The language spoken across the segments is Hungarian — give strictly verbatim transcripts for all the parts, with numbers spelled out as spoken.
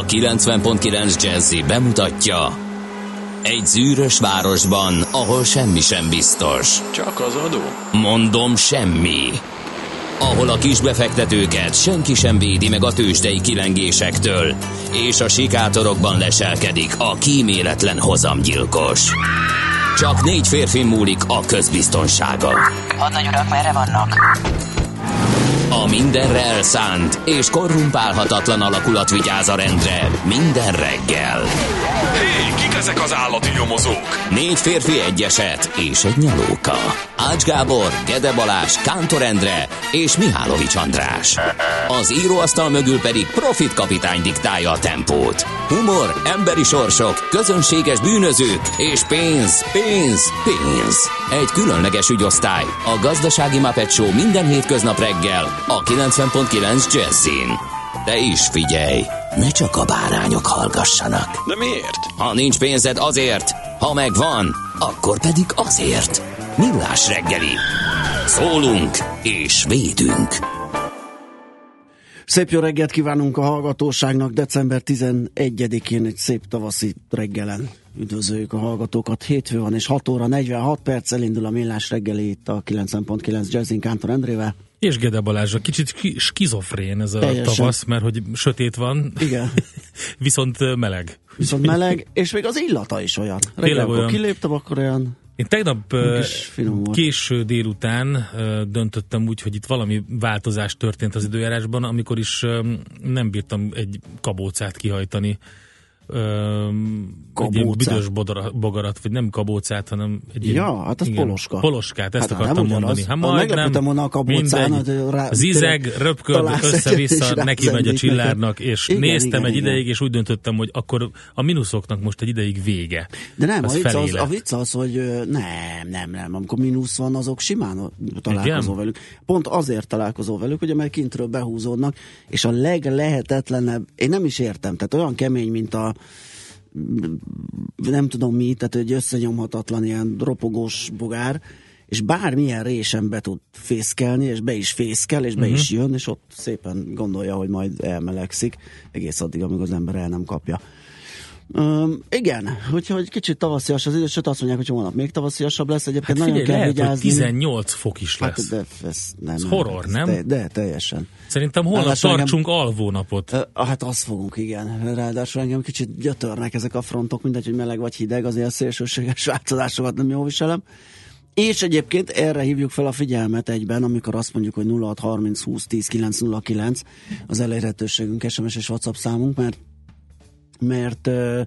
kilencven pont kilenc Jazzy bemutatja: egy zűrös városban, ahol semmi sem biztos. Csak az adó? Mondom, semmi. Ahol a kisbefektetőket senki sem védi meg a tőzsdei kilengésektől, és a sikátorokban leselkedik a kíméletlen hozamgyilkos. Csak négy férfi múlik a közbiztonsága. Hadnagy urak, merre vannak? A mindenre elszánt és korrumpálhatatlan alakulat vigyáz a rendre minden reggel. Hé, kik ezek az állati nyomozók? Négy férfi, egy eset és egy nyalóka. Ács Gábor, Gede Balázs, Kántor Endre és Mihálovics András. Az íróasztal mögül pedig Profit kapitány diktálja a tempót. Humor, emberi sorsok, közönséges bűnözők és pénz, pénz, pénz. Egy különleges ügyosztály, a Gazdasági Muppet Show minden hétköznap reggel a kilencven pont kilenc Jazzin. De is figyelj, ne csak a bárányok hallgassanak. De miért? Ha nincs pénzed, azért, ha megvan, akkor pedig azért. Millás reggeli. Szólunk és védünk. Szép jó reggelt kívánunk a hallgatóságnak december tizenegyedikén, egy szép tavaszi reggelen. Üdvözöljük a hallgatókat. Hétfő van és hat óra negyvenhat perc elindul a Millás reggeli itt a kilencven pont kilenc Jazzin Kántor Endrével. És Gede Balázsra. Kicsit skizofrén ez a Teljesen. Tavasz, mert hogy sötét van, igen. viszont meleg. Viszont meleg, és még az illata is olyan. Reggel, olyan. Kiléptem, akkor olyan... Én tegnap késő délután döntöttem úgy, hogy itt valami változás történt az időjárásban, amikor is nem bírtam egy kabócát kihajtani. Egy ilyen büdös bogarat, vagy nem kabócát, hanem egy ja, ilyen, hát az igen, poloska. Poloskát, ezt hát akartam mondani. Hát majd nem, a kabócán, zizeg, röpköd, össze-vissza, neki megy a csillárnak, és igen, néztem igen, egy igen. ideig, és úgy döntöttem, hogy akkor a mínuszoknak most egy ideig vége. De nem, a vicc, az, a vicc az, hogy nem, nem, nem, amikor mínusz van, azok simán találkozol igen? velük. Pont azért találkozol velük, hogy mert kintről behúzódnak, és a leglehetetlenebb, én nem is értem, tehát olyan kemény, mint a nem tudom mi, tehát egy összenyomhatatlan ilyen ropogós bogár, és bármilyen résen be tud fészkelni, és be is fészkel, és be uh-huh. is jön, és ott szépen gondolja, hogy majd elmelegszik, egész addig, amíg az ember el nem kapja. Um, igen, úgyhogy kicsit tavaszias az idő, sőt azt mondják, hogy holnap még tavasziasabb lesz, egyébként hát nagyon figyelj, kell lehet, vigyázni. tizennyolc fok is lesz. Hát de ez, nem, ez horror, ez nem? De, de teljesen. Szerintem holnap ráadásul tartsunk engem, alvónapot. Uh, hát azt fogunk, igen. Ráadásul engem kicsit gyötörnek ezek a frontok, mindegy, hogy meleg vagy hideg, azért a szélsőséges változásokat nem jól viselem. És egyébként erre hívjuk fel a figyelmet egyben, amikor azt mondjuk, hogy nulla hat harminc húsz tíz kilenc nulla kilenc az elérhetőségünk, es em es és WhatsApp számunk, mert mert uh,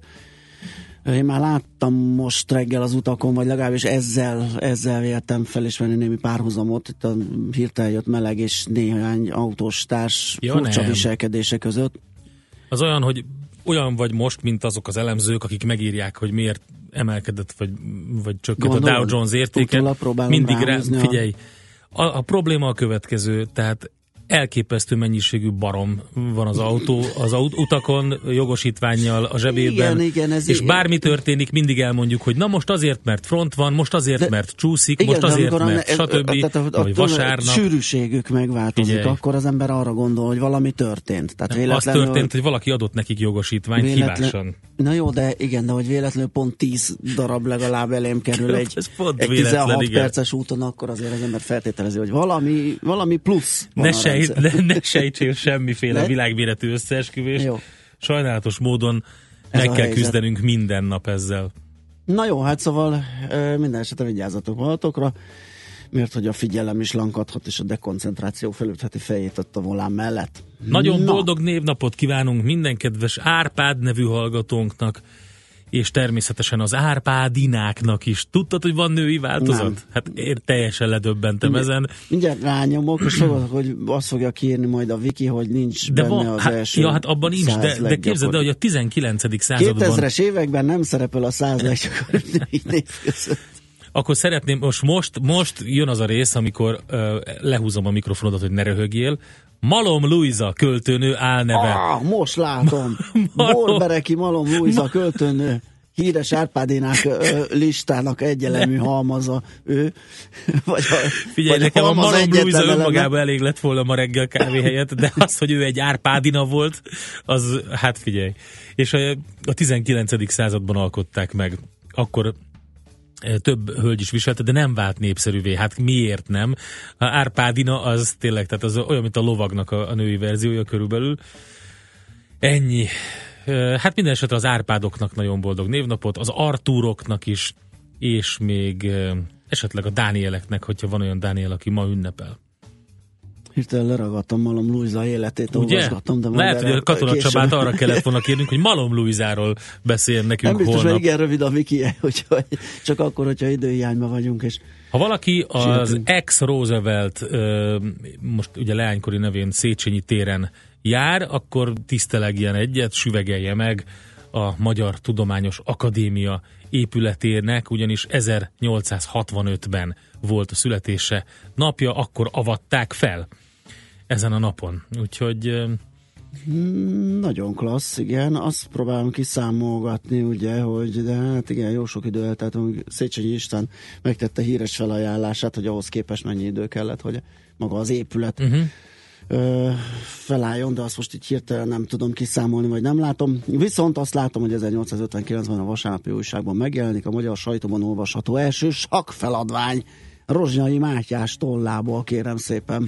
én már láttam most reggel az utakon, vagy legalábbis ezzel, ezzel véltem felismerni némi párhuzamot, itt a hirtelen jött meleg és néhány autós társ ja, furcsa viselkedése között. Az olyan, hogy olyan vagy most, mint azok az elemzők, akik megírják, hogy miért emelkedett, vagy, vagy csökkent Gondolom, a Dow Jones értéke. Mindig rá, figyelj, a, a probléma a következő, tehát elképesztő mennyiségű barom van az autó, az aut- utakon, jogosítvánnyal a zsebében, igen, igen, ez és igen. bármi történik, mindig elmondjuk, hogy na most azért, mert front van, most azért, de, mert csúszik, igen, most azért, mert ez, stb. Tehát, vagy vasárnap. A sűrűségük megváltozik, Figyelj. akkor az ember arra gondol, hogy valami történt. Tehát véletlenül, az történt, hogy valaki adott nekik jogosítványt véletlen, hibásan. Na jó, de igen, de hogy véletlenül pont tíz darab legalább elém kerül egy, egy tizenhat perces úton, akkor azért az ember feltételezi, hogy valami, valami plusz van. Ne sejt, ne, ne sejtsél semmiféle világméretű összeesküvést. Jó. Sajnálatos módon ez meg kell helyzet. Küzdenünk minden nap ezzel. Na jó, hát szóval minden esetre vigyázzatok magatokra, mert hogy a figyelem is lankadhat, és a dekoncentráció felütheti fejét ott a volán mellett. Nagyon Na. boldog névnapot kívánunk minden kedves Árpád nevű hallgatónknak, és természetesen az Árpádináknak is. Tudtad, hogy van női változat? Nem. Hát én teljesen ledöbbentem Mindjárt, ezen. Mindjárt rányomok, és fogod, hogy azt fogja kiírni majd a Wiki, hogy nincs de benne van, az hát, első Ja, hát abban nincs, de, de képzeld el, hogy a tizenkilencedik században... kétezres években nem szerepel a száz leggyakoribb női név között. Akkor szeretném, most, most, most jön az a rész, amikor uh, lehúzom a mikrofonodat, hogy ne röhögjél. Malom Luisa költőnő álneve. Ah, most látom. Borbereki Malom Luisa költőnő. híres Árpádinák listának egyelemű halmaza ő. Vagy a, Figyelj, vagy nekem a Malom Luisa önmagában elég lett volna ma reggel kávé helyett, de az, hogy ő egy Árpádina volt, az, hát figyelj. És a, a tizenkilencedik században alkották meg. Akkor több hölgy is viselte, de nem vált népszerűvé. Hát miért nem? A Árpádina az tényleg, tehát az olyan, mint a lovagnak a, a női verziója körülbelül. Ennyi. Hát minden esetre az Árpádoknak nagyon boldog névnapot, az Artúroknak is, és még esetleg a Dánieleknek, hogyha van olyan Dániel, aki ma ünnepel. Hirtelen leragadtam Malom Luisa életét, olvasgattam. De lehet, hogy a Katona Csabát arra kellett volna kérnünk, hogy Malom Luisáról beszél nekünk holnap. Nem biztos, hogy igen rövid a wiki, hogy csak akkor, hogyha időhiányban vagyunk. És ha valaki az ex-Roosevelt, most ugye leánykori nevén Széchenyi téren jár, akkor tisztelegjen egyet, süvegelje meg a Magyar Tudományos Akadémia épületének, ugyanis ezernyolcszázhatvanötben volt a születése napja, akkor avatták fel ezen a napon. Úgyhogy... Nagyon klassz, igen. Azt próbálom kiszámolgatni, ugye, hogy de hát igen, jó sok idő eltelt, hogy Széchenyi István megtette híres felajánlását, hogy ahhoz képest mennyi idő kellett, hogy maga az épület uh-huh. ö, felálljon, de azt most így hirtelen nem tudom kiszámolni, vagy nem látom. Viszont azt látom, hogy ezernyolcszázötvenkilencben a Vasárnapi Újságban megjelenik a magyar sajtóban olvasható első sakkfeladvány Rozsnyai Mátyás tollából, kérem szépen.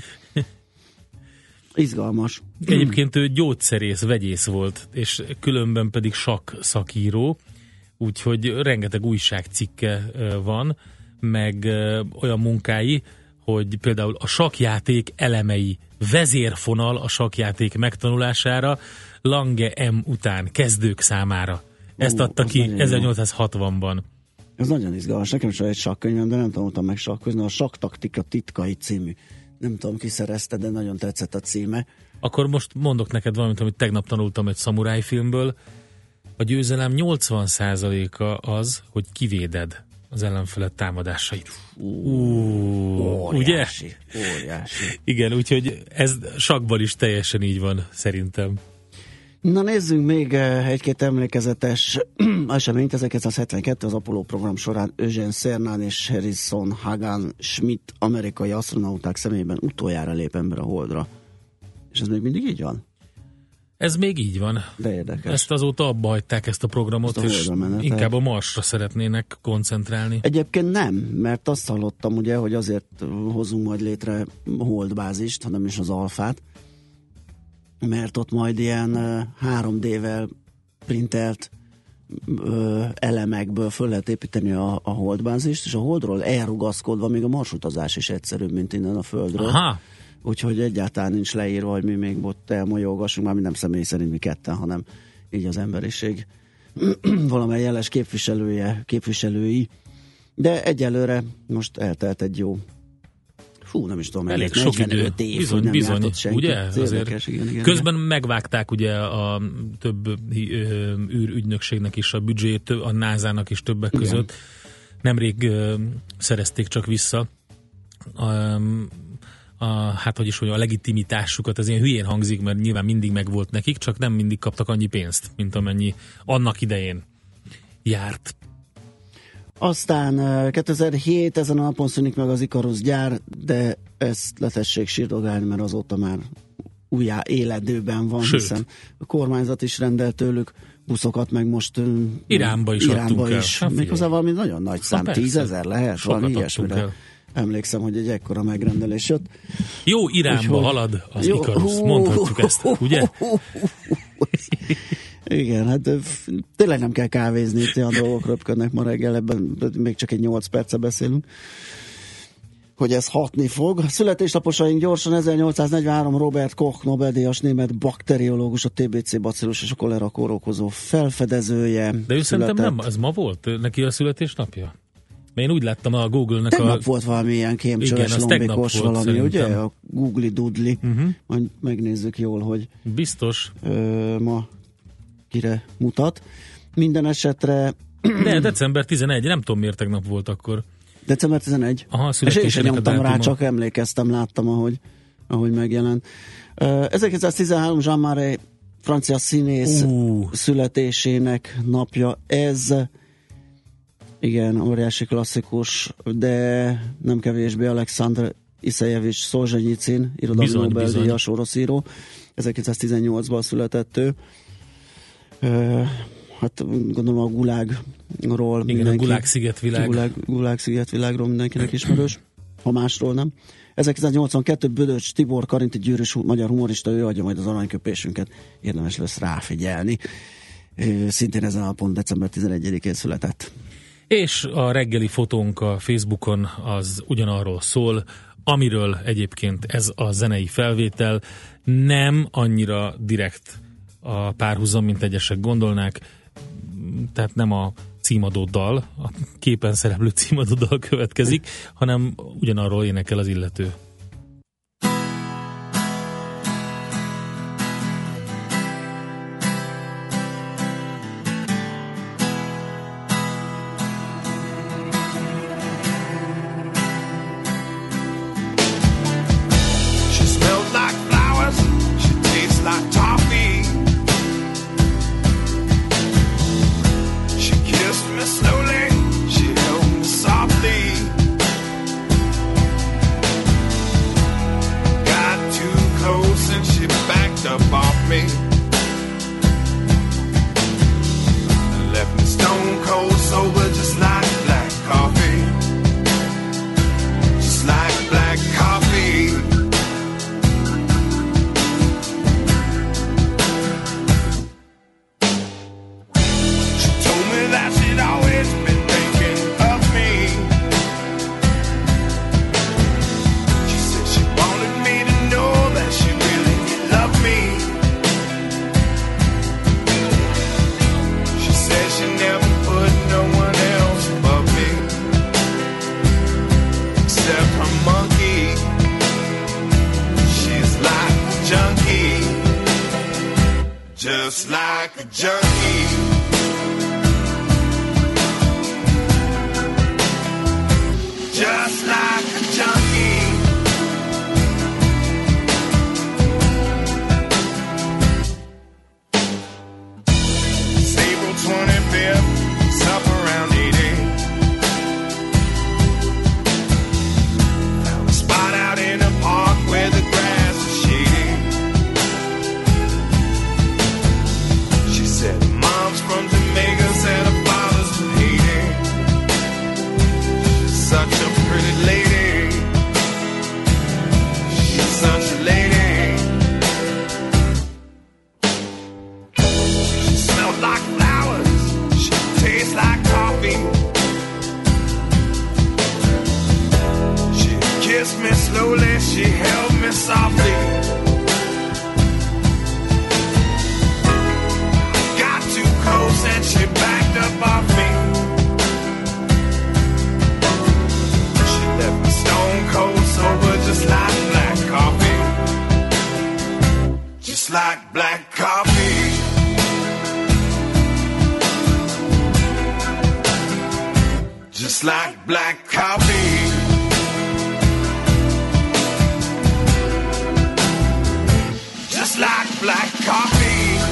Izgalmas. Egyébként ő gyógyszerész, vegyész volt, és különben pedig sakk szakíró, úgyhogy rengeteg újságcikke van, meg olyan munkái, hogy például a sakkjáték elemei, vezérfonal a sakkjáték megtanulására Lange M után, kezdők számára. Ezt Ó, adta ki ezernyolcszázhatvanban. Ez nagyon izgalmas. Nekem is egy sakkönyvem, de nem tanultam meg sakkozni. A Sakktaktika titkai című. Nem tudom, ki szerezte, de nagyon tetszett a címe. Akkor most mondok neked valamit, amit tegnap tanultam egy szamuráj filmből. A győzelem nyolcvan százaléka az, hogy kivéded az ellenfelet támadásait. Uh, óriási, ugye? Óriási. Igen, úgyhogy ez sakkban is teljesen így van, szerintem. Na nézzünk még egy-két emlékezetes eseményt. ezerkilencszázhetvenkettő az Apollo program során Eugene Cernan és Harrison Hagan Schmidt amerikai asztronauták személyében utoljára lép ember a Holdra. És ez még mindig így van? Ez még így van. De érdekes. Ezt azóta abba hagyták, ezt a programot, a és menetet. Inkább a Marsra szeretnének koncentrálni. Egyébként nem, mert azt hallottam ugye, hogy azért hozunk majd létre holdbázist, hanem is az alfát, mert ott majd ilyen három dé-vel printelt ö, elemekből föl lehet építeni a, a holdbázist, és a holdról elrugaszkodva még a marsutazás is egyszerűbb, mint innen a Földről. Aha. Úgyhogy egyáltalán nincs leírva, hogy mi még ott elmolyolgassunk, már mi nem személy szerint mi ketten, hanem így az emberiség valamely jeles képviselője, képviselői. De egyelőre most eltelt egy jó Fú, nem is tudom, elég sok idő. Év, bizony, bizony, ugye? Azért érdekes, igen, igen, közben igen. Megvágták ugye a több űrügynökségnek is a büdzsét, a nászának is többek igen. között. Nemrég uh, szerezték csak vissza a, a, hát hogy is mondjam, a legitimitásukat, ez ilyen hülyén hangzik, mert nyilván mindig megvolt nekik, csak nem mindig kaptak annyi pénzt, mint amennyi annak idején járt. Aztán kétezer-hét ezen a napon szűnik meg az Ikarus gyár, de ezt letessék sírdogálni, mert azóta már újjá éledőben van, sőt, hiszen a kormányzat is rendelt tőlük buszokat, meg most Iránba is Iránba adtunk is. el. Méghozzá valami nagyon nagy szám, tízezer lehet, sokat valami ilyesmire. El. Emlékszem, hogy egy ekkora megrendelés jött. Jó irányba Úgyhogy... halad az jó, Ikarus, mondhatjuk ezt, ugye? Igen, hát tényleg nem kell kávézni, itt olyan dolgok röpködnek ma reggel, ebben még csak egy nyolc perce beszélünk, hogy ez hatni fog. A születésnaposaink gyorsan: ezernyolcszáznegyvenhárom Robert Koch, Nobel-díjas német bakteriológus, a té bé cé bacillus és a kolera kórokozó felfedezője. De ő szerintem nem, ez ma volt neki a születésnapja? Én úgy láttam a Google-nek tegnap a... Tegnap volt valami ilyen kémcsöves, lombikos valami, szerintem. Ugye? A Googly Doodly. Uh-huh. Majd megnézzük jól, hogy biztos ö, ma kire mutat. Minden esetre... De december tizenegy, nem tudom miért tegnap volt akkor. december tizenegy. Aha, és én sem nyomtam rá, csak emlékeztem, láttam, ahogy, ahogy megjelent. Uh, ezerkilencszáztizenhárom Jean Marais, francia színész uh. születésének napja ez, Igen, óriási klasszikus, de nem kevésbé Alexandr Iszajevics Szolzsenyicin, irodalmi Nobel-díjas orosz író. ezerkilencszáztizennyolcban született ő. Uh, hát gondolom a Gulágról. Igen, a Gulág szigetvilág. Gulág, Gulág szigetvilágról mindenkinek ismerős, ha másról nem. ezerkilencszáznyolcvankettő Bödöcs Tibor, karinti gyűrűs magyar humorista, ő adja majd az aranyköpésünket. Érdemes lesz ráfigyelni. Ő szintén ezen a pont december tizenegyedikén született. És a reggeli fotónk a Facebookon az ugyanarról szól, amiről egyébként ez a zenei felvétel nem annyira direkt a párhuzam, mint egyesek gondolnák, tehát nem a címadó dal, a képen szereplő címadó dal következik, hanem ugyanarról énekel az illető. Just like a junkie, just like a junkie. It's April twenty-fifth, it's up around eighty. Found a spot out in the park where the grass is shady. Said mom's from Jamaica, said her father's from Haiti. She's such a pretty lady. She's such a lady. She smelled like flowers. She tastes like coffee. She kissed me slowly. She held me softly. And she backed up off me. She left me stone cold sober, just like black coffee. Just like black coffee. Just like black coffee. Just like black coffee.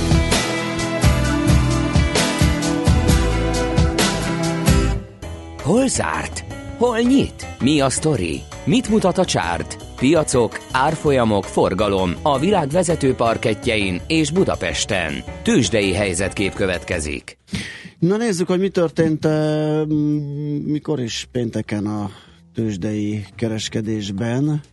Hol zárt? Hol nyit? Mi a sztori? Mit mutat a csárt? Piacok, árfolyamok, forgalom a világ vezető parkettjein és Budapesten. Tőzsdei helyzetkép következik. Na nézzük, hogy mi történt mikor is pénteken a tőzsdei kereskedésben.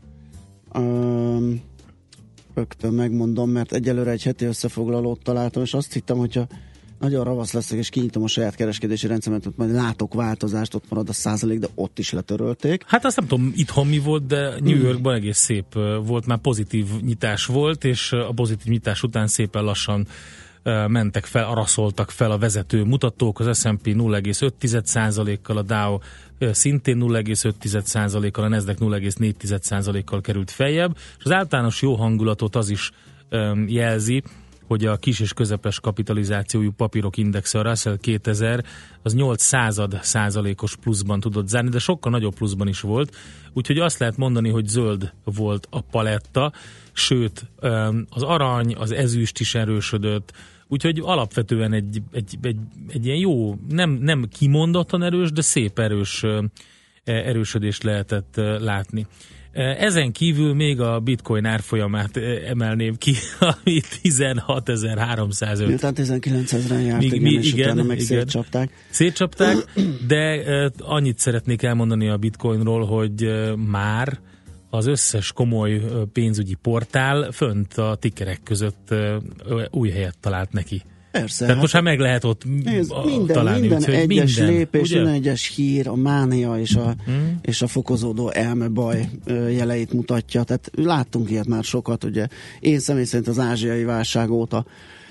Rögtön megmondom, mert egyelőre egy heti összefoglalót találtam, és azt hittem, hogyha nagyon ravasz leszek, és kinyitom a saját kereskedési rendszeremet, ott majd látok változást, ott marad a százalék, de ott is letörölték. Hát azt nem tudom itthon mi volt, de New Yorkban egész szép volt, már pozitív nyitás volt, és a pozitív nyitás után szépen lassan mentek fel, araszoltak fel a vezető mutatók, az es and pé nulla egész öt százalékkal, a Dow szintén nulla egész öt százalékkal, a Nasdaq nulla egész négy százalékkal került feljebb, és az általános jó hangulatot az is jelzi, hogy a kis és közepes kapitalizációjú papírok indexe, a Russell kétezer, az nyolc század százalékos pluszban tudott zárni, de sokkal nagyobb pluszban is volt, úgyhogy azt lehet mondani, hogy zöld volt a paletta, sőt, az arany, az ezüst is erősödött, Úgyhogy alapvetően egy, egy, egy, egy ilyen jó, nem, nem kimondottan erős, de szép erős erősödést lehetett látni. Ezen kívül még a bitcoin árfolyamát emelném ki, ami tizenhatezer-háromszázöt. Miután tizenkilencezren járt, igen, mi, és igen, utána meg igen. szétcsapták. Szétcsapták, de annyit szeretnék elmondani a bitcoinról, hogy már az összes komoly pénzügyi portál fönt a tickerek között új helyet talált neki. Persze. Tehát hát most már meg lehet ott nézd, minden, találni. Minden úgy, egyes minden, lépés, minden egyes hír, a mánia és a, hmm. és a fokozódó elmebaj jeleit mutatja. Tehát láttunk ilyet már sokat, ugye. Én személy szerint az ázsiai válság óta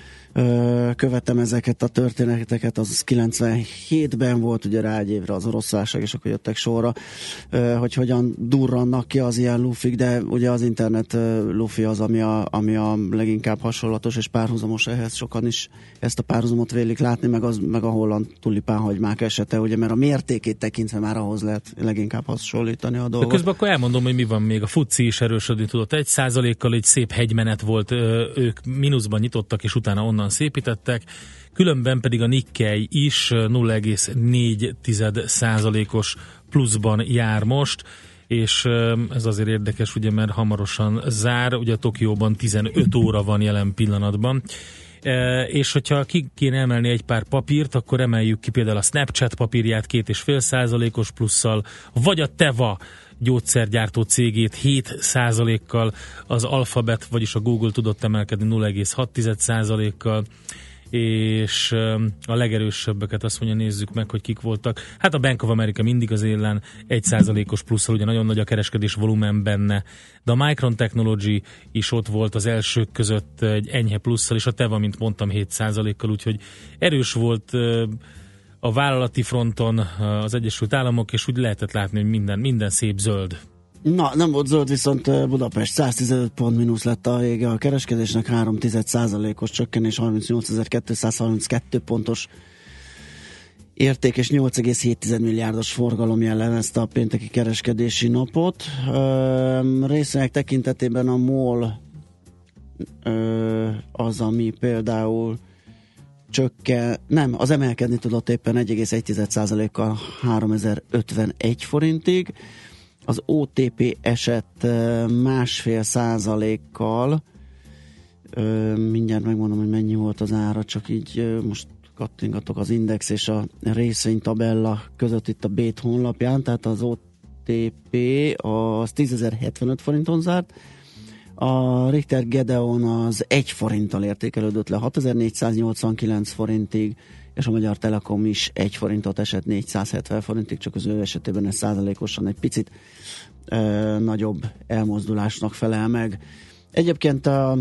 követem ezeket a történeteket, az kilencvenhétben volt, ugye rá egy évre az orosz válság, és akkor jöttek sorra, hogy hogyan durrannak ki az ilyen lufik, de ugye az internet lufi az, ami a, ami a leginkább hasonlatos, és párhuzamos ehhez, sokan is ezt a párhuzamot vélik látni, meg, az, meg a holland tulipánhagymák esete, ugye, mert a mértékét tekintve már ahhoz lehet leginkább hasonlítani a dolgot. De közben akkor elmondom, hogy mi van még. A FUCI is erősödni tudott. Egy százalékkal egy szép hegymenet volt, ők mínuszban nyitottak, és utána onnan szépítettek, különben pedig a Nikkei is nulla egész négy százalékos pluszban jár most, és ez azért érdekes, ugye, mert hamarosan zár, ugye Tokióban tizenöt óra van jelen pillanatban, és hogyha ki kéne emelni egy pár papírt, akkor emeljük ki például a Snapchat papírját két egész öt százalékos plusszal, vagy a Teva gyógyszergyártó cégét hét százalékkal, az Alphabet, vagyis a Google tudott emelkedni nulla egész hat százalékkal, és a legerősebbeket azt mondja, nézzük meg, hogy kik voltak. Hát a Bank of America mindig az élen egy százalékos plusszal, ugye nagyon nagy a kereskedés volumen benne, de a Micron Technology is ott volt az elsők között egy enyhe plusszal, és a Teva, mint mondtam, hét százalékkal, úgyhogy erős volt a vállalati fronton az Egyesült Államok, és úgy lehetett látni, hogy minden, minden szép zöld. Na, nem volt zöld, viszont Budapest száztizenöt pont mínusz lett a vége a kereskedésnek, három egész egy százalékos csökkenés, harmincnyolcezer-kétszázharminckettő pontos érték és nyolc egész hét milliárdos forgalom jellemezte a pénteki kereskedési napot. Ö, részvények tekintetében a MOL ö, az, ami például csökken, nem, az emelkedni tudott éppen egy egész egy százalékkal háromezer-ötvenegy forintig, az o té pé esett másfél százalékkal, mindjárt megmondom, hogy mennyi volt az ára, csak így most kattingatok az index és a részvénytabella között itt a Bét honlapján, tehát az o té pé az tízezer-hetvenöt forinton zárt, a Richter Gedeon az egy forinttal értékelődött le hatezer-négyszáznyolcvankilenc forintig, és a Magyar Telekom is egy forintot esett négyszázhetven forintig, csak az ő esetében ez százalékosan egy picit e, nagyobb elmozdulásnak felel meg. Egyébként a,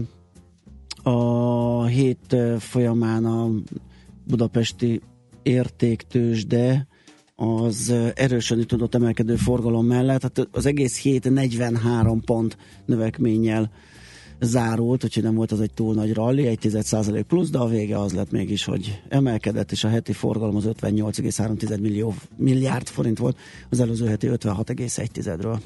a hét folyamán a budapesti értéktőzsde az erősödni tudott emelkedő forgalom mellett, hát az egész hét negyvenhárom pont növekménnyel zárult, úgyhogy nem volt az egy túl nagy ralli, egy tized százalék plusz, de a vége az lett mégis, hogy emelkedett, és a heti forgalom az ötvennyolc egész három millió, milliárd forint volt, az előző heti ötvenhat egész egy tizedről.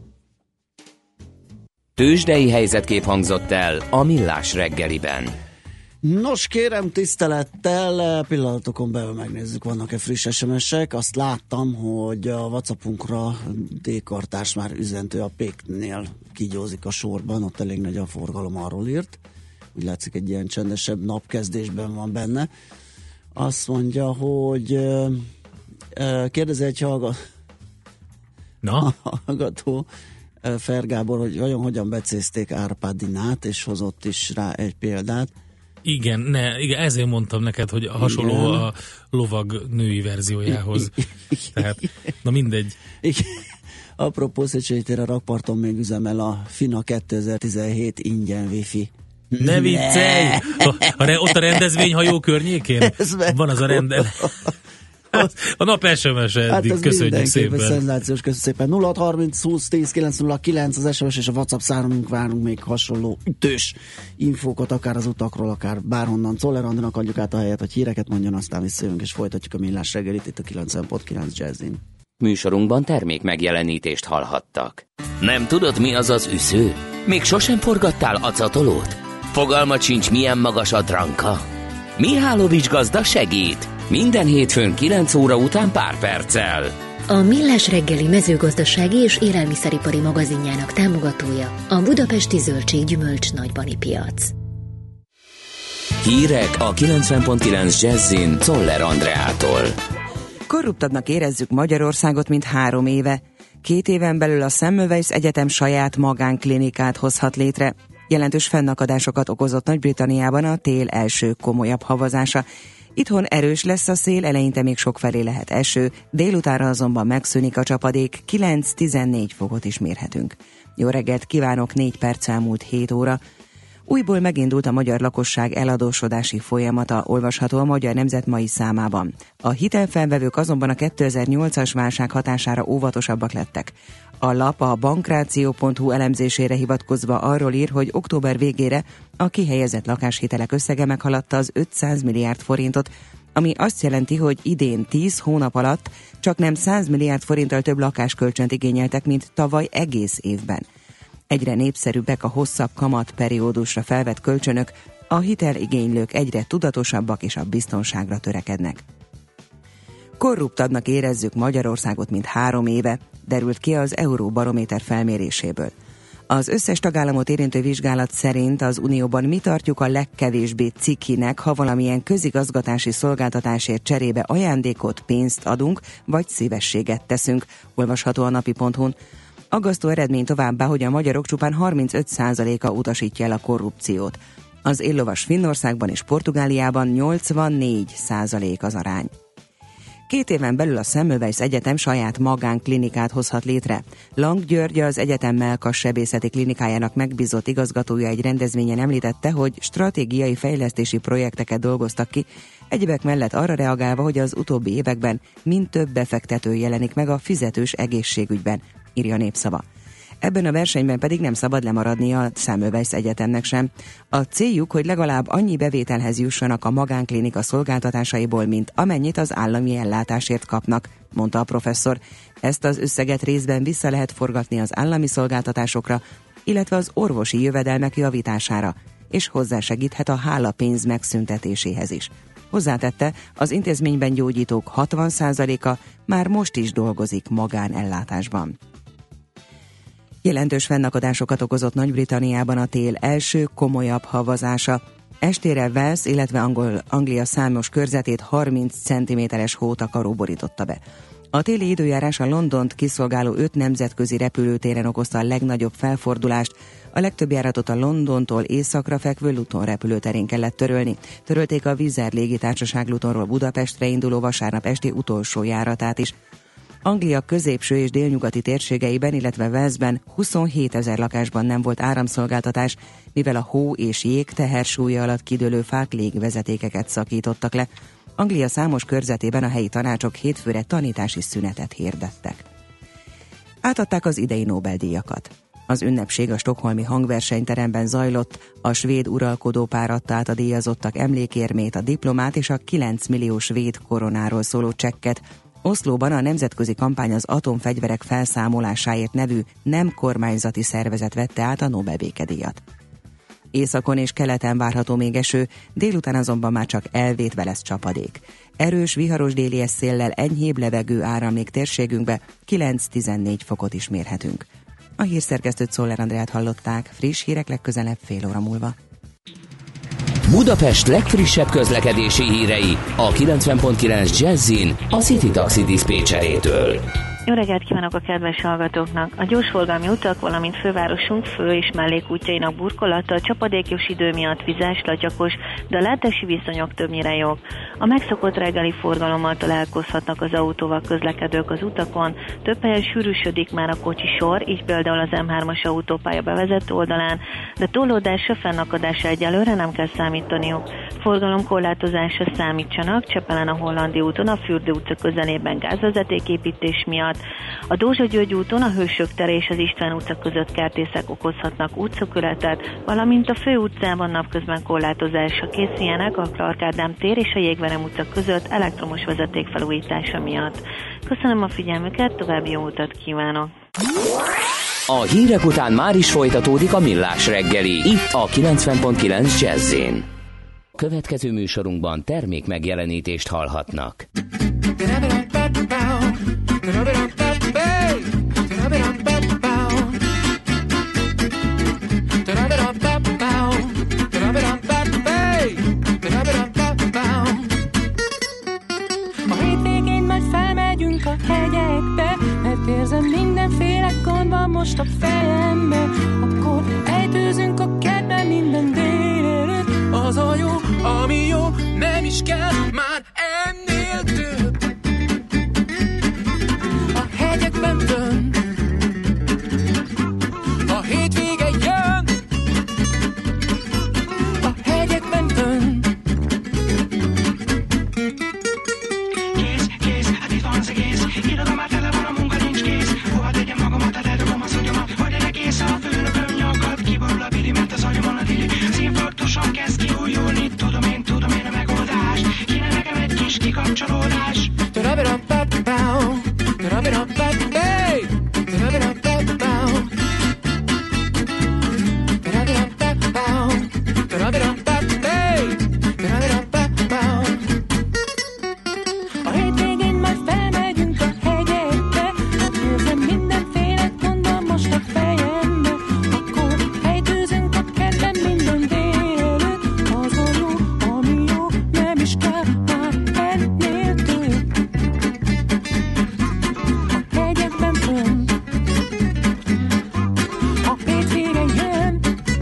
Tőzsdei helyzetkép hangzott el a Millás reggeliben. Nos, kérem tisztelettel, pillanatokon belül megnézzük, vannak-e friss es em es-ek. Azt láttam, hogy a WhatsAppunkra D-kartárs már üzentő a Péknél kígyózik a sorban, ott elég nagy a forgalom, arról írt. Úgy látszik, egy ilyen csendesebb napkezdésben van benne. Azt mondja, hogy kérdezi egy hallgató, Na? hallgató Fer Gábor, hogy vajon hogyan becézték Árpádinát, és hozott is rá egy példát. Igen, ne, igen, ezért mondtam neked, hogy hasonló igen. A lovag női verziójához. Tehát, na mindegy. Igen. Apropó, Széchenyi tér a rakparton még üzemel a Fina kétezer-tizenhét ingyen wifi. Ne viccelj! A, a, ott a rendezvényhajó környékén? Van az a rendel. A nap es em es eddig, hát köszönjük szépen. Szenzációs, köszönjük szépen. nulla hat harminc húsz tíz kilenc nulla kilenc az es em es és a WhatsApp számunk, várunk még hasonló ütős infókat, akár az utakról, akár bárhonnan. Czoller Andrának adjuk át a helyet, hogy híreket mondjon, aztán visszajövünk és folytatjuk a Millás reggelit itt a kilencven pont kilenc Jazzin. Műsorunkban termék megjelenítést hallhattak. Nem tudod, mi az az üsző? Még sosem forgattál acatolót? Fogalmat sincs, milyen magas a dranka? Mihálovics gazda segít. Minden hétfőn kilenc óra után pár perccel. A Millás reggeli mezőgazdasági és élelmiszeripari magazinjának támogatója a Budapesti Zöldség Gyümölcs Nagybani Piac. Hírek a kilencven pont kilenc Jazzin Czoller Andreától. Korruptabbnak érezzük Magyarországot, mint három éve. Két éven belül a Semmelweis Egyetem saját magánklinikát hozhat létre. Jelentős fennakadásokat okozott Nagy-Britanniában a tél első komolyabb havazása. Itthon erős lesz a szél, eleinte még sokfelé lehet eső, délutánra azonban megszűnik a csapadék, kilenc-tizennégy fokot is mérhetünk. Jó reggelt kívánok, négy perc elmúlt hét óra. Újból megindult a magyar lakosság eladósodási folyamata, olvasható a Magyar Nemzet mai számában. A hitelfelvevők azonban a kétezer-nyolcas válság hatására óvatosabbak lettek. A lap a bankráció pont hu elemzésére hivatkozva arról ír, hogy október végére a kihelyezett lakáshitelek összege meghaladta az ötszáz milliárd forintot, ami azt jelenti, hogy idén tíz hónap alatt csak nem száz milliárd forinttal több lakáskölcsönt igényeltek, mint tavaly egész évben. Egyre népszerűbbek a hosszabb kamatperiódusra felvett kölcsönök, a hiteligénylők egyre tudatosabbak és a biztonságra törekednek. Korruptabbnak érezzük Magyarországot, mint három éve, derült ki az Euróbarométer felméréséből. Az összes tagállamot érintő vizsgálat szerint az Unióban mi tartjuk a legkevésbé cikinek, ha valamilyen közigazgatási szolgáltatásért cserébe ajándékot, pénzt adunk, vagy szívességet teszünk, olvasható a napi pont hu-n. Aggasztó eredmény továbbá, hogy a magyarok csupán harmincöt százaléka utasítja el a korrupciót. Az éllovas Finnországban és Portugáliában nyolcvannégy százalék az arány. Két éven belül a Semmelweis Egyetem saját magánklinikát hozhat létre. Lang György, az egyetem mellkassebészeti klinikájának megbízott igazgatója egy rendezvényen említette, hogy stratégiai fejlesztési projekteket dolgoztak ki, egyebek mellett arra reagálva, hogy az utóbbi években mind több befektető jelenik meg a fizetős egészségügyben, írja Népszava. Ebben a versenyben pedig nem szabad lemaradni a Semmelweis Egyetemnek sem. A céljuk, hogy legalább annyi bevételhez jussanak a magánklinika szolgáltatásaiból, mint amennyit az állami ellátásért kapnak, mondta a professzor. Ezt az összeget részben vissza lehet forgatni az állami szolgáltatásokra, illetve az orvosi jövedelmek javítására, és hozzásegíthet a hálapénz megszüntetéséhez is. Hozzátette, az intézményben gyógyítók hatvan százaléka már most is dolgozik magánellátásban. Jelentős fennakadásokat okozott Nagy-Britanniában a tél első komolyabb havazása. Estére Wales, illetve Angol, Anglia számos körzetét harminc centiméteres hótakaró borította be. A téli időjárás a Londont kiszolgáló öt nemzetközi repülőtéren okozta a legnagyobb felfordulást. A legtöbb járatot a Londontól északra fekvő Luton repülőterén kellett törölni. Törölték a Wizz Air légitársaság Lutonról Budapestre induló vasárnap esti utolsó járatát is. Anglia középső és délnyugati térségeiben, illetve Walesben huszonhétezer lakásban nem volt áramszolgáltatás, mivel a hó és jég tehersúlya alatt kidőlő fák légvezetékeket szakítottak le. Anglia számos körzetében a helyi tanácsok hétfőre tanítási szünetet hirdettek. Átadták az idei Nobel-díjakat. Az ünnepség a stockholmi hangversenyteremben zajlott, a svéd uralkodó pár adta át a díjazottak emlékérmét, a diplomát és a kilenc millió svéd koronáról szóló csekket. Oszlóban a nemzetközi kampány az atomfegyverek felszámolásáért nevű nem kormányzati szervezet vette át a Nobel békedíjat. Északon és keleten várható még eső, délután azonban már csak elvétve lesz csapadék. Erős, viharos déli széllel enyhébb levegő áramlik térségünkbe, kilenc-tizennégy fokot is mérhetünk. A hírszerkesztőt Czoller Andreát hallották, friss hírek legközelebb fél óra múlva. Budapest legfrissebb közlekedési hírei a kilencven pont kilenc Jazzin a City Taxi diszpécserétől. Jó reggelt kívánok a kedves hallgatóknak! A gyorsforgalmi utak, valamint fővárosunk fő- és mellékútjainak burkolata a csapadékos idő miatt vizes, latyakos, de a látási viszonyok többnyire jók. A megszokott reggeli forgalommal találkozhatnak az autóval közlekedők az utakon, több helyen sűrűsödik már a kocsi sor, így például az em hármas autópálya bevezető oldalán, de tolódásra, fennakadásra egyelőre nem kell számítaniuk. Forgalomkorlátozásra számítsanak Csepelen a Hollandi úton, a Fürdő utca közelében gázvezetéképítés miatt. A Dózsa-György úton a Hősök tere és az István utca között kertészek okozhatnak útszökületet, valamint a Fő utcában napközben korlátozásra készüljenek a Clark Ádám tér és a Jégverem utca között elektromos vezeték felújítása miatt. Köszönöm a figyelmüket, további jó utat kívánok! A hírek után már is folytatódik a Millás reggeli, itt a kilencven pont kilenc Jazz-én. Következő műsorunkban termék megjelenítést hallhatnak. A hétvégén majd felmegyünk a hegyekbe, mert érzem mindenféle gond van most a fejembe. Akkor ejtőzünk a kertben minden délelőtt. Az a jó, ami jó, nem is kell már ennél több. A hegyekben fönn, a hétvége jön. A hegyekben fönn. Kész, kész, hát itt van az egész. Irodom már tele van, a munka nincs kész. Hova tegyem magamat, hát eldobom a szagyomat. Vagy egy egész a főnököm nyakad. Kiborul a bili, mert az agyamon a dili. Az infarktusom kezd kiújulni. Tudom én, tudom én a megoldás. Kéne nekem egy kis kikapcsolódás. Tarabirapapau, tarabirapapau, tarabirapapau, tarabirapapau, tarabirapapau, tarabirapapau. A hétvégén már felmegyünk a hegyekbe, hát érzem mindenféle gond van most a fejembe. Akkor ejtőzünk a kertben minden délelőtt. Az a jó, ami jó, nem is kell már ennél több. A hegyekben fönn, a hétvége jön.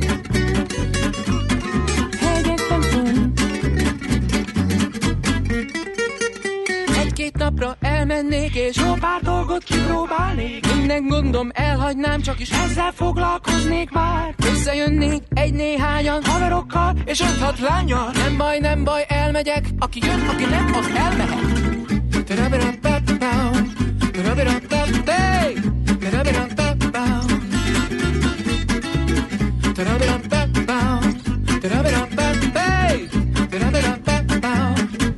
Hegyekben fönn. Egy-két napra elmennék, és jó pár dolgot kipróbálnék. Minden gondom elhagynám, csak is ezzel foglalkoznék már. Összejönnék egy-néhányan haverokkal, és öt-hat lányal. Nem baj, nem baj, elmegyek. Aki jön, aki nem, az elmehet. Tarabirapapau, tarabirapapau, tarabirapapau, tarabirapapau, tarabirapapau, tarabirapapau.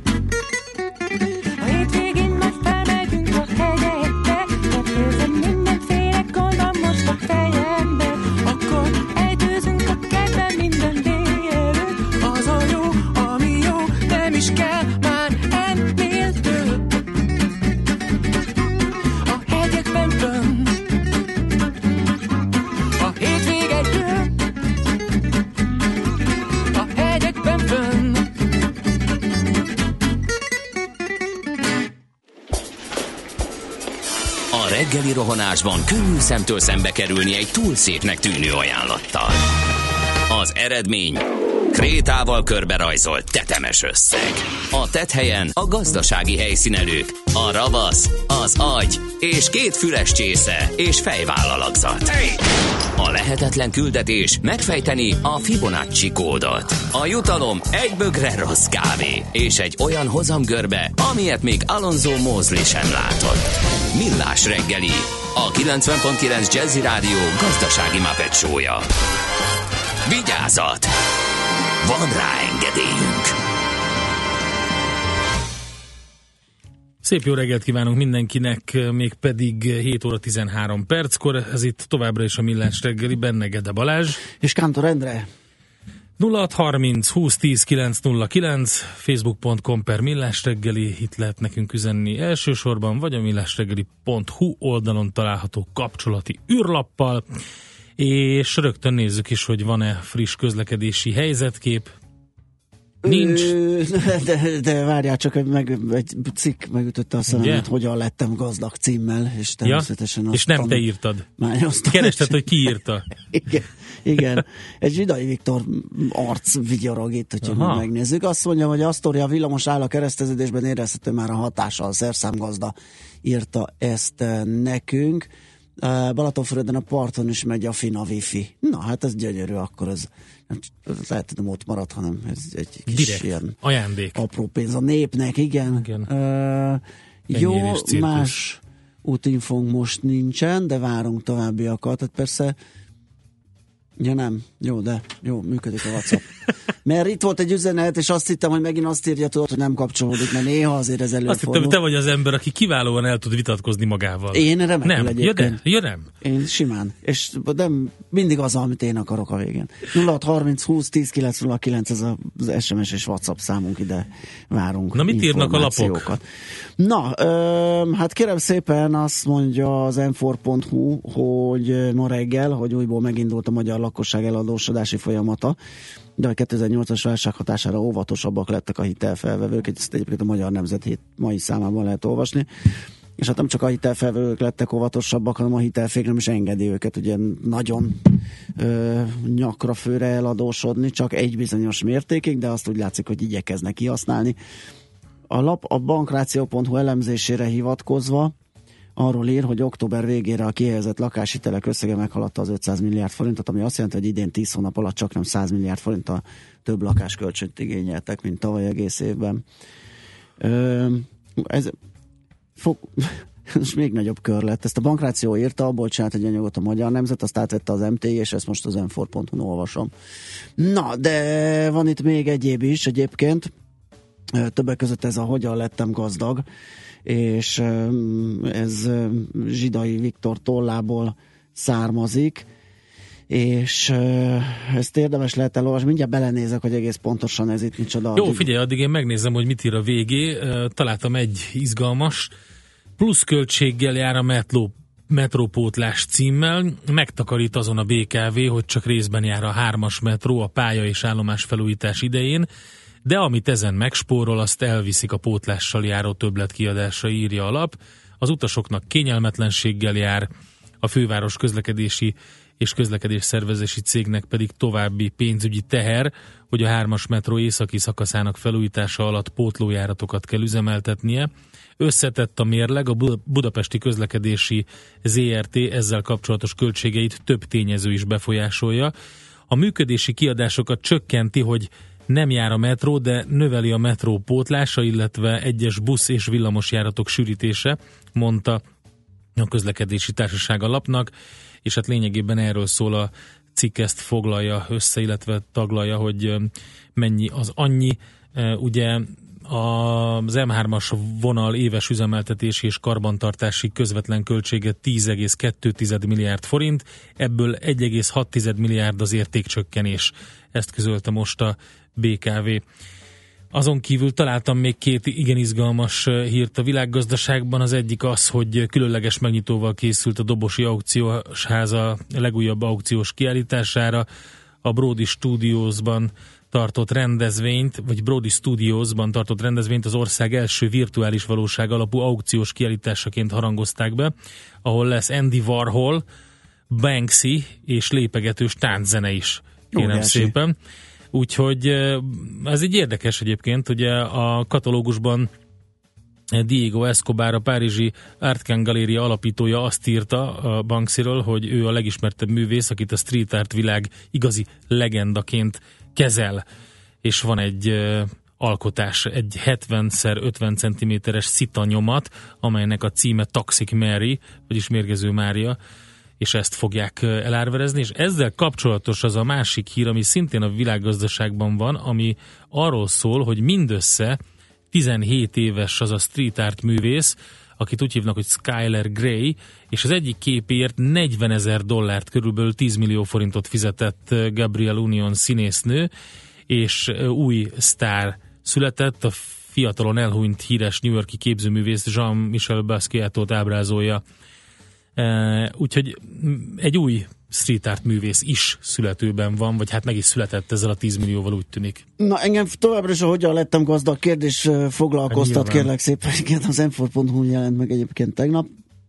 A hétvégén majd felmegyünk a hegyekbe, mert érzem mindenféle gond van most a fejembe. Akkor ejtőzünk a kertben minden délelőtt. Az a jó, ami jó, nem is kell már ennél több. A hegyekben fönn, a hétvége jön. A hegyekben fönn. A reggeli rohanásban könnyű szemtől szembe kerülni egy túl szépnek tűnő ajánlattal. Az eredmény krétával körberajzolt tetemes összeg. A tetthelyen a gazdasági helyszínelők, a ravasz, az agy és két füles csésze és fejvállalakzat. A lehetetlen küldetés megfejteni a Fibonacci kódot. A jutalom egy bögre rossz kávé és egy olyan hozamgörbe, amilyet még Alonso Mosley sem látott. Millás reggeli, a kilencven pont kilenc Jazzy Rádió gazdasági Muppet show-ja. Vigyázat! Van rá engedélyünk! Szép jó reggelt kívánunk mindenkinek, mégpedig hét óra tizenhárom perckor. Ez itt továbbra is a Millás reggeli, benne Gede Balázs. És Kántor Endre. nulla hat harminc húsz tíz kilenc nulla kilenc, facebook pont com per Millás reggeli, itt lehet nekünk üzenni elsősorban, vagy a millásreggeli pont hu oldalon található kapcsolati űrlappal, és rögtön nézzük is, hogy van-e friss közlekedési helyzetkép. Nincs. De, de várjál csak, meg, egy cikk megütötte a szememet, hogyan lettem gazdag címmel, és természetesen ja? És nem te írtad. Kerested, hogy ki írta. Igen, igen. Egy Zsidai Viktor arc vigyorog itt, hogyha megnézzük. Azt mondja, hogy Asztória villamos áll a kereszteződésben, érezhető már a hatással. Szerszámgazda írta ezt nekünk. Balatonfüreden a parton is megy a fina wifi. Na, hát ez gyönyörű, akkor ez lehet, hogy nem ott marad, hanem ez egy kis direkt ilyen ajándék. Apró pénz a népnek, igen. igen. Uh, jó, más útinfónk most nincsen, de várunk továbbiakat. Tehát persze Ja nem, jó, de jó, működik a WhatsApp. Mert itt volt egy üzenet, és azt hittem, hogy megint azt írja, tudod, hogy nem kapcsolódik, mert néha azért ez előfordul. Azt hittem, hogy te vagy az ember, aki kiválóan el tud vitatkozni magával. Én remekül nem. egyébként. Ja, de, ja nem. Én simán. És nem mindig az, amit én akarok a végén. nulla hat harminc húsz tíz kilenc nulla kilenc ez az es em es és WhatsApp számunk, ide várunk. Na mit írnak a lapok? Na, ö, hát kérem szépen azt mondja az em négy pont hú, hogy ma reggel, hogy újból megindult a magyar lakosság eladósodási folyamata, de a kétezer-nyolcas válság hatására óvatosabbak lettek a hitelfelvevők, ezt egyébként a Magyar Nemzet hét mai számában lehet olvasni. És hát nem csak a hitelfelvevők lettek óvatosabbak, hanem a hitelfék nem is engedi őket ugye nagyon ö, nyakra főre eladósodni, csak egy bizonyos mértékig, de azt úgy látszik, hogy igyekeznek kihasználni. A lap a bankráció pont hú elemzésére hivatkozva arról ír, hogy október végére a kihelyezett lakáshitelek összege meghaladta az ötszáz milliárd forintot, ami azt jelenti, hogy idén tíz hónap alatt csak nem száz milliárd forinttal több lakáskölcsönt igényeltek, mint tavaly egész évben. Ö, ez fog, és még nagyobb kör lett. Ezt a bankráció írta, abból csinált egy anyagot a Magyar Nemzet, azt átvette az em té i, és ezt most az em négy pont hú-n olvasom. Na, de van itt még egyéb is egyébként. Többek között ez a hogyan lettem gazdag, és ez Zsidai Viktor tollából származik, és ezt érdemes lehet elolvasni. Mindjárt belenézek, hogy egész pontosan ez itt micsoda. Jó, figyelj, addig én megnézem, hogy mit ír a végé. Találtam egy izgalmas, pluszköltséggel jár a metró, metrópótlás címmel, megtakarít azon a bé ká vé, hogy csak részben jár a hármas metró a pálya és állomás felújítás idején, de amit ezen megspórol, azt elviszik a pótlással járó többletkiadásra, írja a lap. Az utasoknak kényelmetlenséggel jár, a főváros közlekedési és közlekedés szervezési cégnek pedig további pénzügyi teher, hogy a hármas metró északi szakaszának felújítása alatt pótlójáratokat kell üzemeltetnie. Összetett a mérleg, a Budapesti Közlekedési zé er té ezzel kapcsolatos költségeit több tényező is befolyásolja. A működési kiadásokat csökkenti, hogy nem jár a metró, de növeli a metró pótlása, illetve egyes busz és villamosjáratok sűrítése, mondta a közlekedési társaság a lapnak, és hát lényegében erről szól a cikk, ezt foglalja össze, illetve taglalja, hogy mennyi az annyi. Ugye az em hármas vonal éves üzemeltetési és karbantartási közvetlen költsége tíz egész kettő milliárd forint, ebből egy egész hat milliárd az értékcsökkenés. Ezt közölte most a bé ká vé. Azon kívül találtam még két igen izgalmas hírt a világgazdaságban. Az egyik az, hogy különleges megnyitóval készült a Dobosi Aukciós Háza legújabb aukciós kiállítására. A Brody Studiosban tartott rendezvényt, vagy Brody Studiosban tartott rendezvényt az ország első virtuális valóság alapú aukciós kiállításaként harangozták be, ahol lesz Andy Warhol, Banksy és lépegetős tánczene is. Kérem Óriási. szépen. Úgyhogy ez így érdekes egyébként, ugye a katalógusban Diego Escobar, a párizsi Artcan Galéria alapítója azt írta a Banksyről, hogy ő a legismertebb művész, akit a street art világ igazi legendaként kezel. És van egy alkotás, egy hetven szer ötven centiméteres szita nyomat, amelynek a címe Toxic Mary, vagyis Mérgező Mária, és ezt fogják elárverezni, és ezzel kapcsolatos az a másik hír, ami szintén a világgazdaságban van, ami arról szól, hogy mindössze tizenhét éves az a street art művész, akit úgy hívnak, hogy Skylar Grey, és az egyik képért negyvenezer dollárt, körülbelül tíz millió forintot fizetett Gabrielle Union színésznő, és új sztár született, a fiatalon elhunyt híres New York-i képzőművész Jean-Michel Basquiatot ábrázolja. Uh, úgyhogy egy új street art művész is születőben van, vagy hát meg is született ezzel a tíz millióval, úgy tűnik. Na engem továbbra is, hogyan lettem gazdag kérdés foglalkoztat, hát, kérlek szépen, igen, az em négy pont hú jelent meg egyébként tegnap,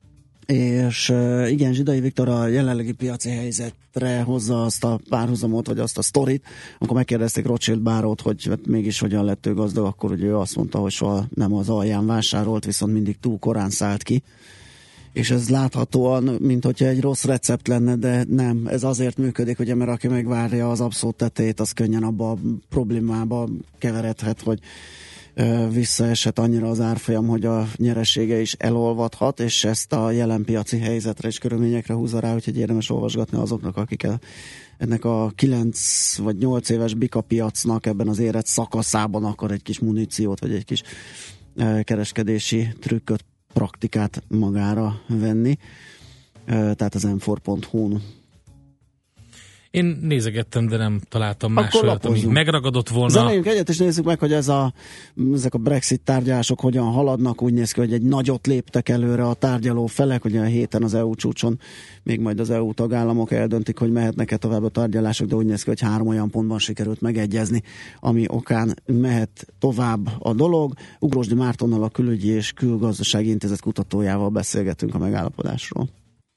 és uh, igen, Zsidai Viktor a jelenlegi piaci helyzetre hozza azt a párhuzamot, vagy azt a sztorit, amikor megkérdezték Rothschild bárót, hogy hát mégis hogyan lett ő gazdag, akkor ugye ő azt mondta, hogy soha nem az alján vásárolt, viszont mindig túl korán szállt ki. És ez láthatóan, mint hogyha egy rossz recept lenne, de nem. Ez azért működik, ugye, mert aki megvárja az abszolút tetejét, az könnyen abba a problémába keveredhet, hogy visszaesett annyira az árfolyam, hogy a nyeresége is elolvadhat, és ezt a jelen piaci helyzetre és körülményekre húzza rá, úgyhogy érdemes olvasgatni azoknak, akik ennek a kilenc vagy nyolc éves bika piacnak ebben az érett szakaszában akar egy kis muníciót, vagy egy kis kereskedési trükköt, praktikát magára venni. Tehát az em négy pont hu-n. Én nézegettem, de nem találtam más olyat, ami megragadott volna. Zenéljünk egyet, és nézzük meg, hogy ez a, ezek a Brexit tárgyalások hogyan haladnak. Úgy néz ki, hogy egy nagyot léptek előre a tárgyaló felek, hogy a héten az é u csúcson még majd az é u tagállamok eldöntik, hogy mehetnek-e tovább a tárgyalások, de úgy néz ki, hogy három olyan pontban sikerült megegyezni, ami okán mehet tovább a dolog. Ugrósdi Mártonnal, a Külügyi és Külgazdasági Intézet kutatójával beszélgetünk a megállapodásról.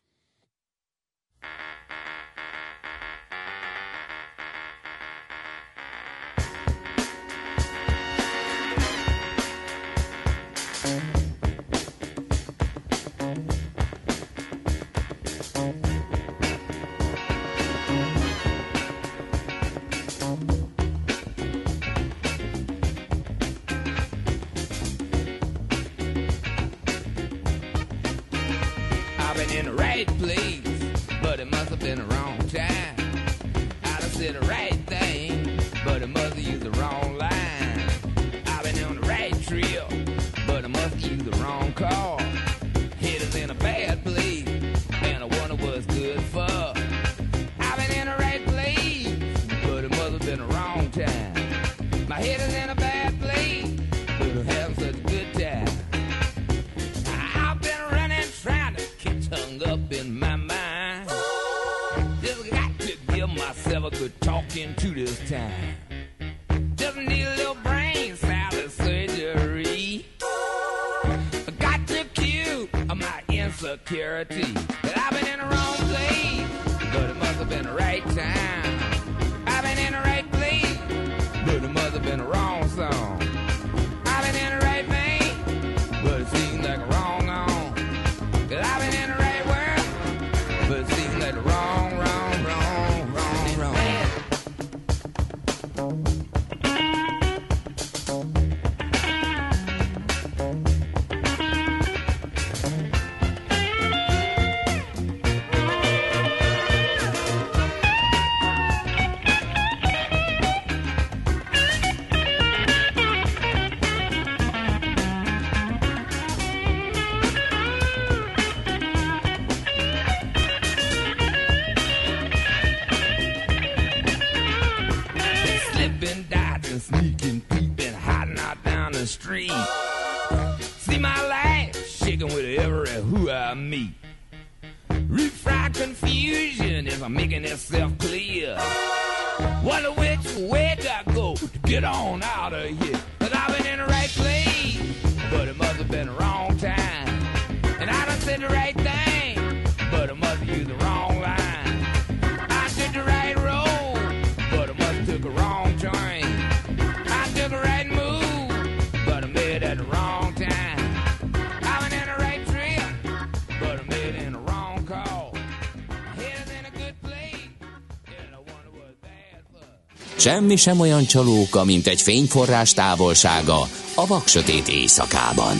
Semmi sem olyan csalóka, mint egy fényforrás távolsága a vaksötét éjszakában.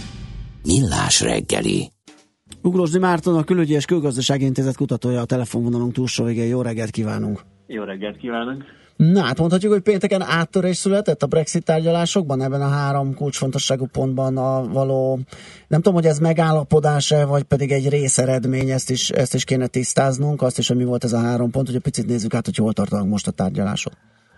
Millás reggeli. Ugrósdi Márton, a Külügyi és Külgazdasági Intézet kutatója, a telefonvonalunk túlsó végén. Jó reggelt kívánunk! Jó reggelt kívánunk! Na, hát mondhatjuk, hogy pénteken áttörés született a Brexit tárgyalásokban, ebben a három kulcsfontosságú pontban a való, nem tudom, hogy ez megállapodás-e, vagy pedig egy részeredmény, ezt is, ezt is kéne tisztáznunk, azt is, hogy mi volt ez a három pont, hogy egy picit nézzük át, hogy hol tartanak most a tárgyalások.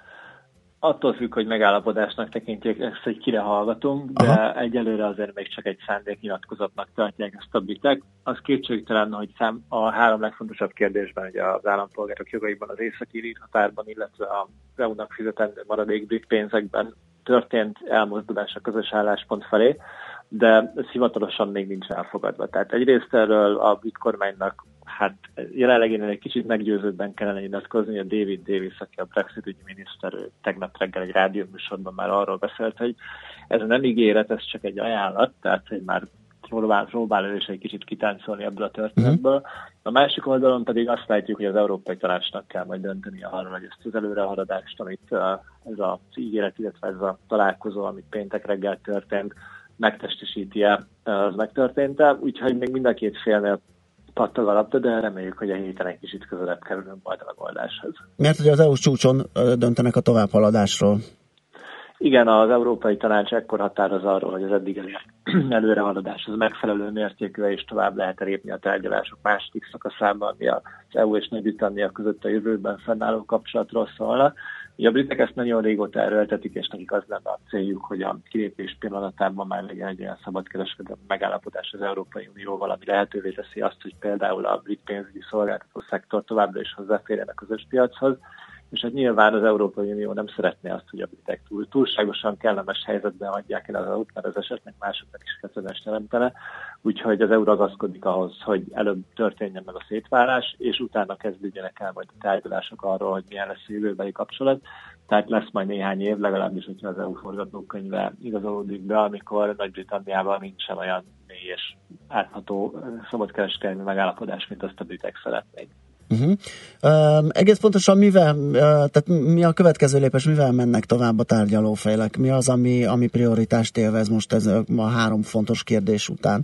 Attól függ, hogy megállapodásnak tekintjük, ezt egy kire hallgatunk, de aha, egyelőre azért még csak egy szándéknyilatkozatnak tartják ezt a britek. Az kétségtelen, hogy szám, a három legfontosabb kérdésben, ugye az állampolgárok jogaiban, az északi határban, illetve az é u-nak fizetendő maradék brit pénzekben történt elmozdulás a közös álláspont felé, de ez hivatalosan még nincs elfogadva. Tehát egyrészt erről a brit kormánynak hát jelenleg én egy kicsit meggyőződben kellene nyilatkozni, hogy a David Davis, aki a Brexit ügyi miniszter, tegnap reggel egy rádióműsorban már arról beszélt, hogy ez nem ígéret, ez csak egy ajánlat, tehát hogy már próbál, próbál ő is egy kicsit kitáncolni ebből a történetből. Uh-huh. A másik oldalon pedig azt látjuk, hogy az Európai Tanácsnak kell majd dönteni arról, hogy ezt az előrehaladást, amit ez az ígéret, illetve ez a találkozó, amit péntek reggel történt, megtestesíti-e, az megtörtént-e. Úgyhogy még mind a két félnél pattog a labda, de reméljük, hogy a héten egy kicsit közelebb kerülünk majd a megoldáshoz. Mert hogy az é u-s csúcson döntenek a továbbhaladásról. Igen, az Európai Tanács ekkor határoz arról, hogy az eddig elért előrehaladás az megfelelő mértékű, és tovább lehet lépni a tárgyalások második szakaszában, ami az é u és Nagy-Britannia között a jövőben fennálló kapcsolatról szólna. Ugye a britek ezt nagyon régóta erőltetik, és nekik az lenne a céljuk, hogy a kilépés pillanatában már legyen egy olyan szabadkereskedelmi megállapodás az Európai Unióval, ami lehetővé teszi azt, hogy például a brit pénzügyi szolgáltató szektor továbbra is hozzáférjen a közös piachoz. És hát nyilván az Európai Unió nem szeretné azt, hogy a britek túl, túlságosan kellemes helyzetben adják el az é u-t, mert az esetleg másoknak is precedens teremtene. Úgyhogy az é u ragaszkodik ahhoz, hogy előbb történjen meg a szétválás, és utána kezdődjenek el majd a tárgyalások arról, hogy milyen lesz a jövőbeli kapcsolat. Tehát lesz majd néhány év, legalábbis, hogyha az é u forgatókönyve igazolódik be, amikor Nagy-Britanniával nincsen olyan mély és átható szabadkereskedelmi megállapodás, mint azt a britek szeretnék. Uh-huh. Uh, egész pontosan mivel, uh, tehát mi a következő lépés, mivel mennek tovább a tárgyalófélek? Mi az, ami, ami prioritást élvez most ez a három fontos kérdés után?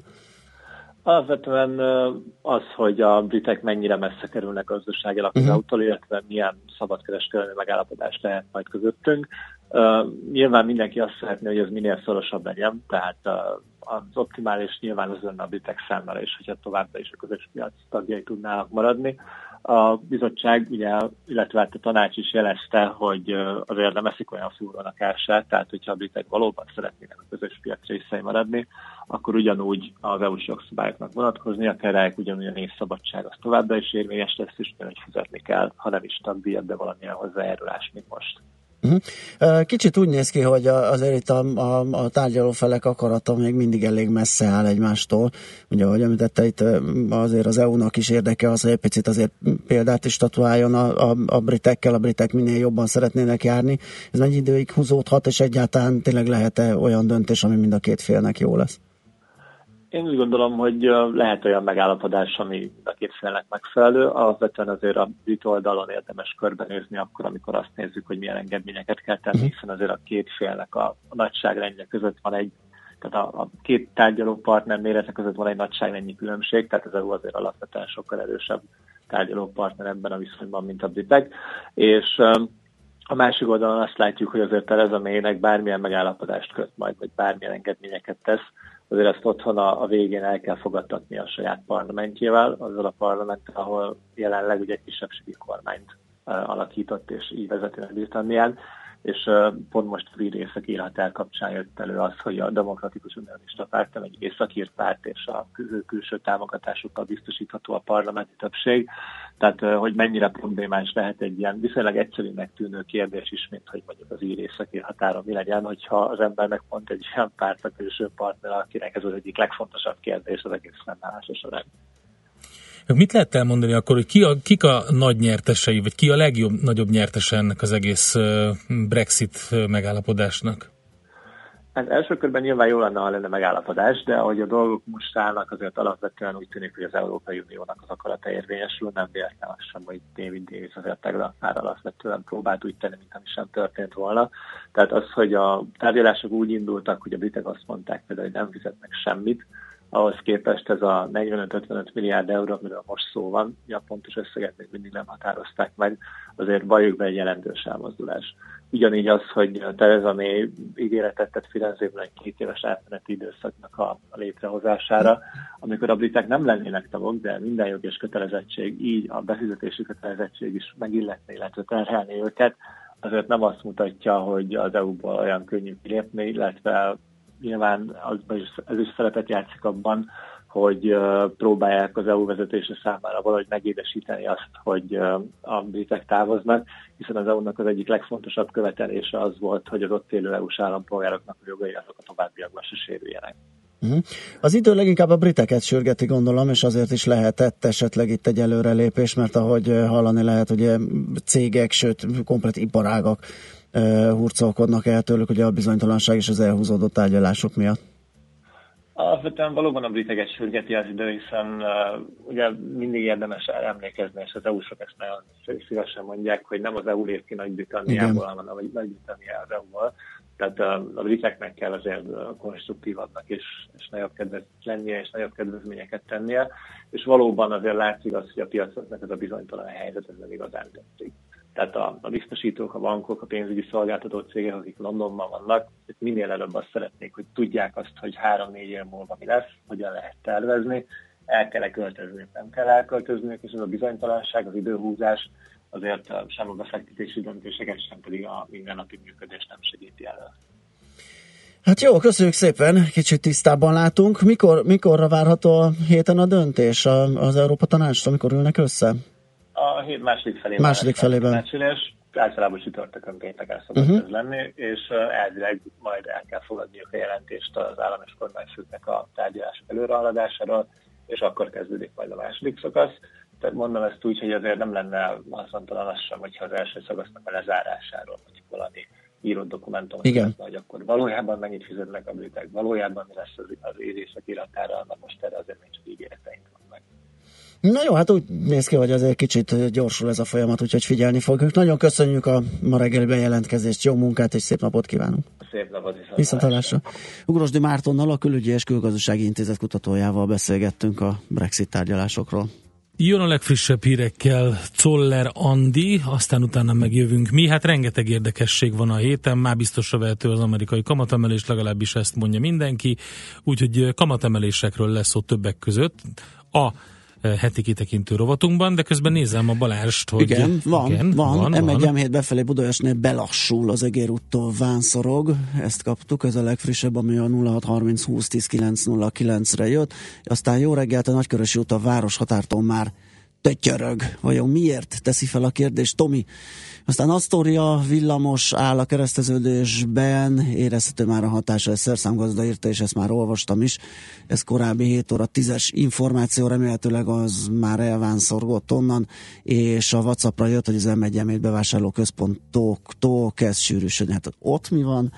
Alapvetően az, hogy a britek mennyire messze kerülnek gazdaságilag az é u-tól, illetve milyen szabadkereskedelmi megállapodás lehet majd közöttünk. Uh, nyilván mindenki azt szeretné, hogy ez minél szorosabb legyen, tehát uh, az optimális nyilván az lenne a britek számára is, hogyha továbbra is a közös piac tagjai tudnának maradni. A bizottság, ugye, illetve a tanács is jelezte, hogy azért nem eszik olyan fúrónak elsőt, tehát hogyha a britek valóban szeretnének a közös piac részei maradni, akkor ugyanúgy az é u-s jogszabályoknak vonatkoznia kell rájuk, ugyanúgy a névszabadság az továbbra is érvényes lesz, és ugyanúgy fizetni kell, ha nem is tagdíjat, de valamilyen hozzájárulás, mint most. Kicsit úgy néz ki, hogy azért itt a, a, a tárgyalófelek akarata még mindig elég messze áll egymástól. Ugye, ahogy említette, itt azért az é u-nak is érdeke az, hogy egy picit azért példát is statuáljon a, a, a britekkel, a britek minél jobban szeretnének járni. Ez mennyi időig húzódhat, és egyáltalán tényleg lehet-e olyan döntés, ami mind a két félnek jó lesz? Én úgy gondolom, hogy lehet olyan megállapodás, ami a két félnek megfelelő. Alapvetően azért a brit oldalon érdemes körbenézni akkor, amikor azt nézzük, hogy milyen engedményeket kell tenni, hiszen azért a két félnek a, a nagyságrendje között van egy, tehát a, a két tárgyaló partner mérete között van egy nagyságrendnyi különbség, tehát az é u azért alapvetően sokkal erősebb tárgyaló partner ebben a viszonyban, mint a britek. És a másik oldalon azt látjuk, hogy azért Theresa Maynek bármilyen megállapodást köt majd, vagy bármilyen engedményeket tesz, azért ezt otthon a, a végén el kell fogadtatni a saját parlamentjével, azzal a parlamenttel, ahol jelenleg ugye egy kisebbségi kormányt uh, alakított, és így vezeti Nagy-Britannián, és uh, pont most Free részek életel kapcsán jött elő az, hogy a Demokratikus Unionista Párt, egy északír párt, és a kül- külső támogatásokkal biztosítható a parlamenti többség. Tehát, uh, hogy mennyire problémás lehet egy ilyen viszonylag egyszerűnek tűnő kérdés is, mint hogy mondjuk az ír északír határon mi legyen, hogyha az embernek pont egy olyan párt a külső partner, akinek ez az egyik legfontosabb kérdés az egész fennállása során. Mit lehet elmondani akkor, hogy ki a, kik a nagy nyertesei, vagy ki a legjobb, nagyobb nyertese ennek az egész Brexit megállapodásnak? Hát első körben nyilván jó lenne, ha lenne megállapodás, de ahogy a dolgok most állnak, azért alapvetően úgy tűnik, hogy az Európai Uniónak az akarata érvényesül, nem véletlen az sem, hogy David Davis azért tegnap már alapvetően próbált úgy tenni, mintha sem történt volna. Tehát az, hogy a tárgyalások úgy indultak, hogy a britek azt mondták például, hogy nem fizetnek semmit, ahhoz képest ez a negyvenöt-ötvenöt milliárd euró, amiről most szó van, ja, pontos összeget még mindig nem határozták meg, azért valljuk be egy jelentős elmozdulás. Ugyanígy az, hogy Theresa May ígéretet tett Firenzében egy két éves átmeneti időszaknak a, a létrehozására, amikor a britek nem lennének tagok, de minden jog és kötelezettség, így a befizetési kötelezettség is megilletné, illetve terhelni őket, azért nem azt mutatja, hogy az é u-ból olyan könnyű kilépni, illetve nyilván az is, ez is szerepet játszik abban, hogy uh, próbálják az é u vezetése számára valahogy megédesíteni azt, hogy uh, a britek távoznak, hiszen az é u-nak az egyik legfontosabb követelése az volt, hogy az ott élő é u-s állampolgároknak a jogai azok a továbbiakban se sérüljenek. Uh-huh. Az idő leginkább a briteket sürgeti, gondolom, és azért is lehetett esetleg itt egy előrelépés, mert ahogy hallani lehet, ugye cégek, sőt, komplet iparágak uh, hurcolkodnak el tőlük, ugye a bizonytalanság és az elhúzódott tárgyalások miatt. Alapvetően valóban a briteket sürgeti az idő, hiszen uh, ugye mindig érdemes emlékezni, és az é u-sok ezt nagyon szívesen mondják, hogy nem az é u lép ki Nagy-Britanniából, hanem a Nagy-Britannia az é u-ból. Tehát uh, a briteknek kell azért konstruktívabbnak és, és nagyobb kedvez lennie, és nagyobb kedvezményeket tennie, és valóban azért látszik az, hogy a piacoknak ez a bizonytalan helyzet, ez nem igazán tetszik. Tehát a, a biztosítók, a bankok, a pénzügyi szolgáltató cégek, akik Londonban vannak, minél előbb azt szeretnék, hogy tudják azt, hogy három-négy év múlva mi lesz, hogyan lehet tervezni, el kell-e költözni, nem kell elköltözni, és ez a bizonytalanság, az időhúzás azért sem a befektetési döntéseket, sem pedig a mindennapi működést nem segíti elő. Hát jó, köszönjük szépen, kicsit tisztában látunk. Mikor, mikorra várható a héten a döntés az Európa Tanácsra, mikor ülnek össze? A hét második felében. Második felében. Tanácsülés, általában csütörtökön pénteken szokott uh-huh. ez lenni, és elvileg majd el kell fogadniuk a jelentést az állam és kormányfőknek a tárgyalások előrehaladásáról, és akkor kezdődik majd a második szakasz. Tehát mondom ezt úgy, hogy azért nem lenne haszontalan az sem, hogyha az első szakasznak a lezárásáról mondjuk valami írott dokumentum, hogy akkor valójában mennyit fizetnek a britek, valójában mi lesz az, az érészek iratára, na most erre azért még csak ígéreteink vannak. Na jó, hát úgy néz ki, hogy azért kicsit gyorsul ez a folyamat, úgyhogy figyelni fogjuk. Nagyon köszönjük a ma reggeli bejelentkezést, jó munkát és szép napot kívánunk. Szép napot is. Viszontlátásra. Ugrosdi Mártonnal, a Külügyi és Külgazdasági Intézet kutatójával beszélgettünk a Brexit tárgyalásokról. Jön a legfrissebb hírekkel Czoller Andi, aztán utána megjövünk mi. Hát rengeteg érdekesség van a héten, már biztosra vehető az amerikai kamatemelés, legalábbis ezt mondja mindenki, úgyhogy kamatemelésekről lesz szó többek között a heti kitekintő rovatunkban, de közben nézem a Balást, hogy... Igen, van, igen, van. van, em egy van. em hét befelé Budaörsnél belassul az Egér úttól Vánszorog, ezt kaptuk, ez a legfrissebb, ami a nulla hat harminc húsz tíz kilenc nulla kilencre jött, aztán jó reggelt, a Nagykörösi út a város határtól már tötyörög. Vajon miért? Teszi fel a kérdést Tomi. Aztán Asztória villamos áll a kereszteződésben, érezhető már a hatása, ez szerszámgazda írta, és ezt már olvastam is. Ez korábbi hét óra tízes információ, remélhetőleg az már elvánszorgott onnan, és a WhatsAppra jött, hogy az em egy em hét bevásárló központoktól kezd sűrűsödni. Hát ott mi van?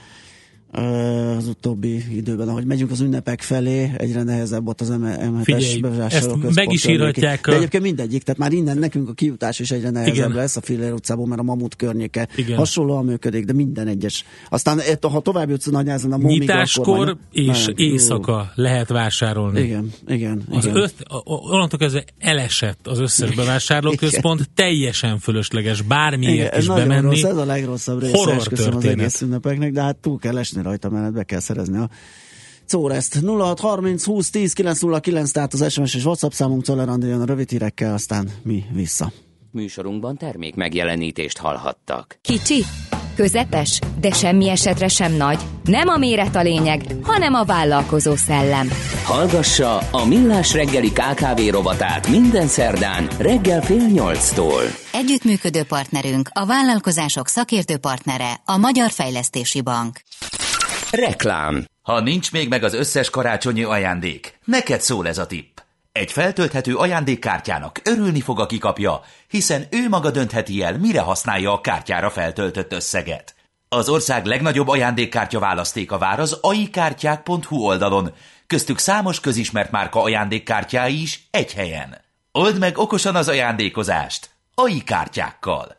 Az utóbbi időben, ahogy megyünk az ünnepek felé, egyre nehezebb ott az em hetes bevásárlóközpont. Meg is írhatják. A... De egyébként mindegyik, tehát már innen nekünk a kijutás is egyre nehezebb igen. lesz a Fillér utcából, mert a Mamut környéke igen. hasonlóan működik, de minden egyes. Aztán ha tovább jutsz a Nagyázon a Mómig, nyitáskor majd... és nem, éjszaka jó. lehet vásárolni. Igen, igen. Az igen. Öt, onnantól kezdve elesett az összes bevásárlóközpont, teljesen fölösleges bármiért igen, is bemenni. Rossz, ez a legrosszabb része, esküszöm az egész ünnepeknek, de hát túl kell esni rajta, mert be kell szerezni a Czóreszt. nulla hat harminc húsz tíz kilenc nulla kilenc, tehát az es em es és WhatsApp számunk, Czoller Andi jön a rövid hírekkel, aztán mi vissza. Műsorunkban termék megjelenítést hallhattak. Kicsi, közepes, de semmi esetre sem nagy. Nem a méret a lényeg, hanem a vállalkozó szellem. Hallgassa a Millás reggeli ká ká vé rovatát minden szerdán reggel fél nyolctól. Együttműködő partnerünk, a vállalkozások szakértő partnere, a Magyar Fejlesztési Bank. Reklám. Ha nincs még meg az összes karácsonyi ajándék, neked szól ez a tipp. Egy feltölthető ajándékkártyának örülni fog, aki kapja, hiszen ő maga döntheti el, mire használja a kártyára feltöltött összeget. Az ország legnagyobb ajándékkártya választéka vár az aikártyák pont hu oldalon, köztük számos közismert márka ajándékkártyái is egy helyen. Old meg okosan az ajándékozást á i kártyákkal.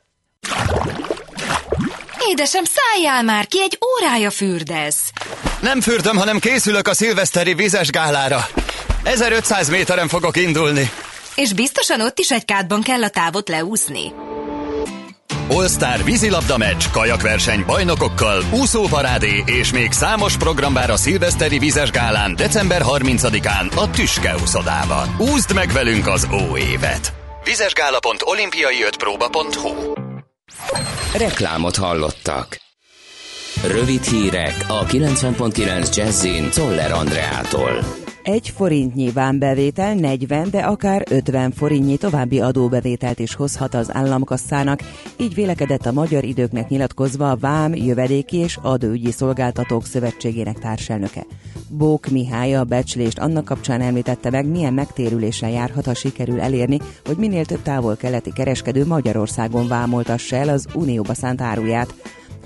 Édesem, szálljál már ki, egy órája fürdesz. Nem fürdöm, hanem készülök a szilveszteri vízes gálára. ezerötszáz méteren fogok indulni. És biztosan ott is egy kádban kell a távot leúszni. All-Star vízilabda meccs, kajakverseny bajnokokkal, úszóparádé és még számos program vár a szilveszteri vízes gálán december harmincadikán a Tüske úszodában. Úszd meg velünk az óévet! vízesgála pont olimpiai öt próba pont hu. Reklámot hallottak. Rövid hírek a kilencven pont kilenc Jazzin Czoller Andreától. Egy forintnyi vámbevétel negyven, de akár ötven forintnyi további adóbevételt is hozhat az államkasszának, így vélekedett a Magyar Időknek nyilatkozva a Vám, Jövedéki és Adóügyi Szolgáltatók Szövetségének társelnöke. Bók Mihály a becslést annak kapcsán említette meg, milyen megtérüléssel járhat, ha sikerül elérni, hogy minél több távol-keleti kereskedő Magyarországon vámoltassa el az unióba szánt áruját.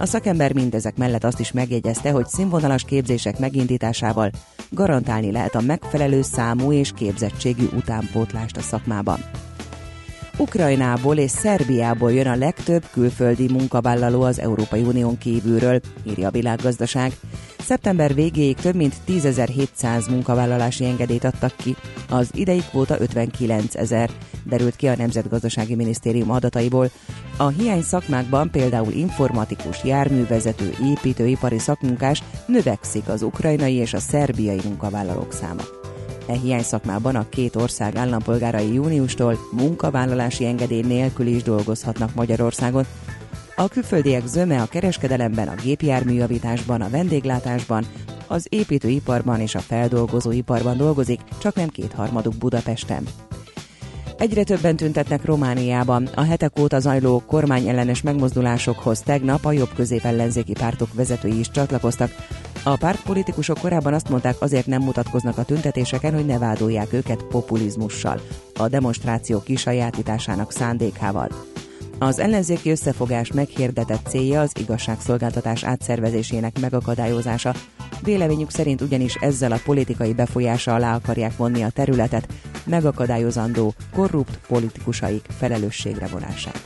A szakember mindezek mellett azt is megjegyezte, hogy színvonalas képzések megindításával garantálni lehet a megfelelő számú és képzettségű utánpótlást a szakmában. Ukrajnából és Szerbiából jön a legtöbb külföldi munkavállaló az Európai Unión kívülről, írja a Világgazdaság. Szeptember végéig több mint tízezer-hétszáz munkavállalási engedélyt adtak ki. Az idei kvóta ötvenkilencezer, derült ki a Nemzetgazdasági Minisztérium adataiból. A hiány szakmákban például informatikus, járművezető, építőipari szakmunkás növekszik az ukrajnai és a szerbiai munkavállalók száma. E hiány szakmában a két ország állampolgárai júniustól munkavállalási engedély nélkül is dolgozhatnak Magyarországon. A külföldiek zöme a kereskedelemben, a gépjárműjavításban, a vendéglátásban, az építőiparban és a feldolgozóiparban dolgozik, csak nem kétharmaduk Budapesten. Egyre többen tüntetnek Romániában. A hetek óta zajló kormányellenes megmozdulásokhoz tegnap a jobb-közép ellenzéki pártok vezetői is csatlakoztak. A pártpolitikusok korábban azt mondták, azért nem mutatkoznak a tüntetéseken, hogy ne vádolják őket populizmussal, a demonstráció kisajátításának szándékával. Az ellenzéki összefogás meghirdetett célja az igazságszolgáltatás átszervezésének megakadályozása. Véleményük szerint ugyanis ezzel a politikai befolyása alá akarják vonni a területet, megakadályozandó korrupt politikusaik felelősségre vonását.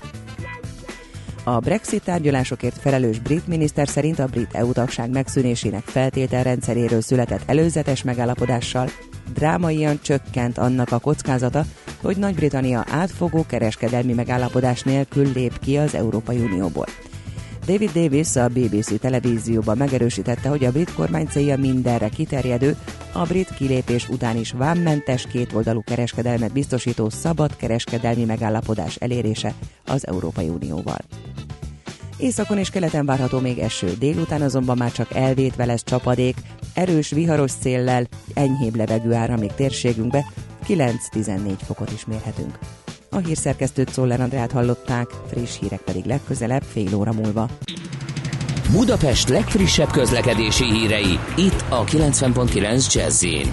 A Brexit tárgyalásokért felelős brit miniszter szerint a brit é u-tagság megszűnésének feltételrendszeréről született előzetes megállapodással drámaian csökkent annak a kockázata, hogy Nagy-Britannia átfogó kereskedelmi megállapodás nélkül lép ki az Európai Unióból. David Davis a bé bé cé televízióban megerősítette, hogy a brit kormány célja mindenre kiterjedő, a brit kilépés után is vámmentes kétoldalú kereskedelmet biztosító szabad kereskedelmi megállapodás elérése az Európai Unióval. Északon és keleten várható még eső, délután azonban már csak elvétve lesz csapadék, erős viharos széllel, enyhébb levegő áramlik térségünkbe, kilenc-tizennégy fokot is mérhetünk. A hírszerkesztőt, Czoller Andrát hallották, friss hírek pedig legközelebb fél óra múlva. Budapest legfrissebb közlekedési hírei, itt a kilencven pont kilenc Jazz-in.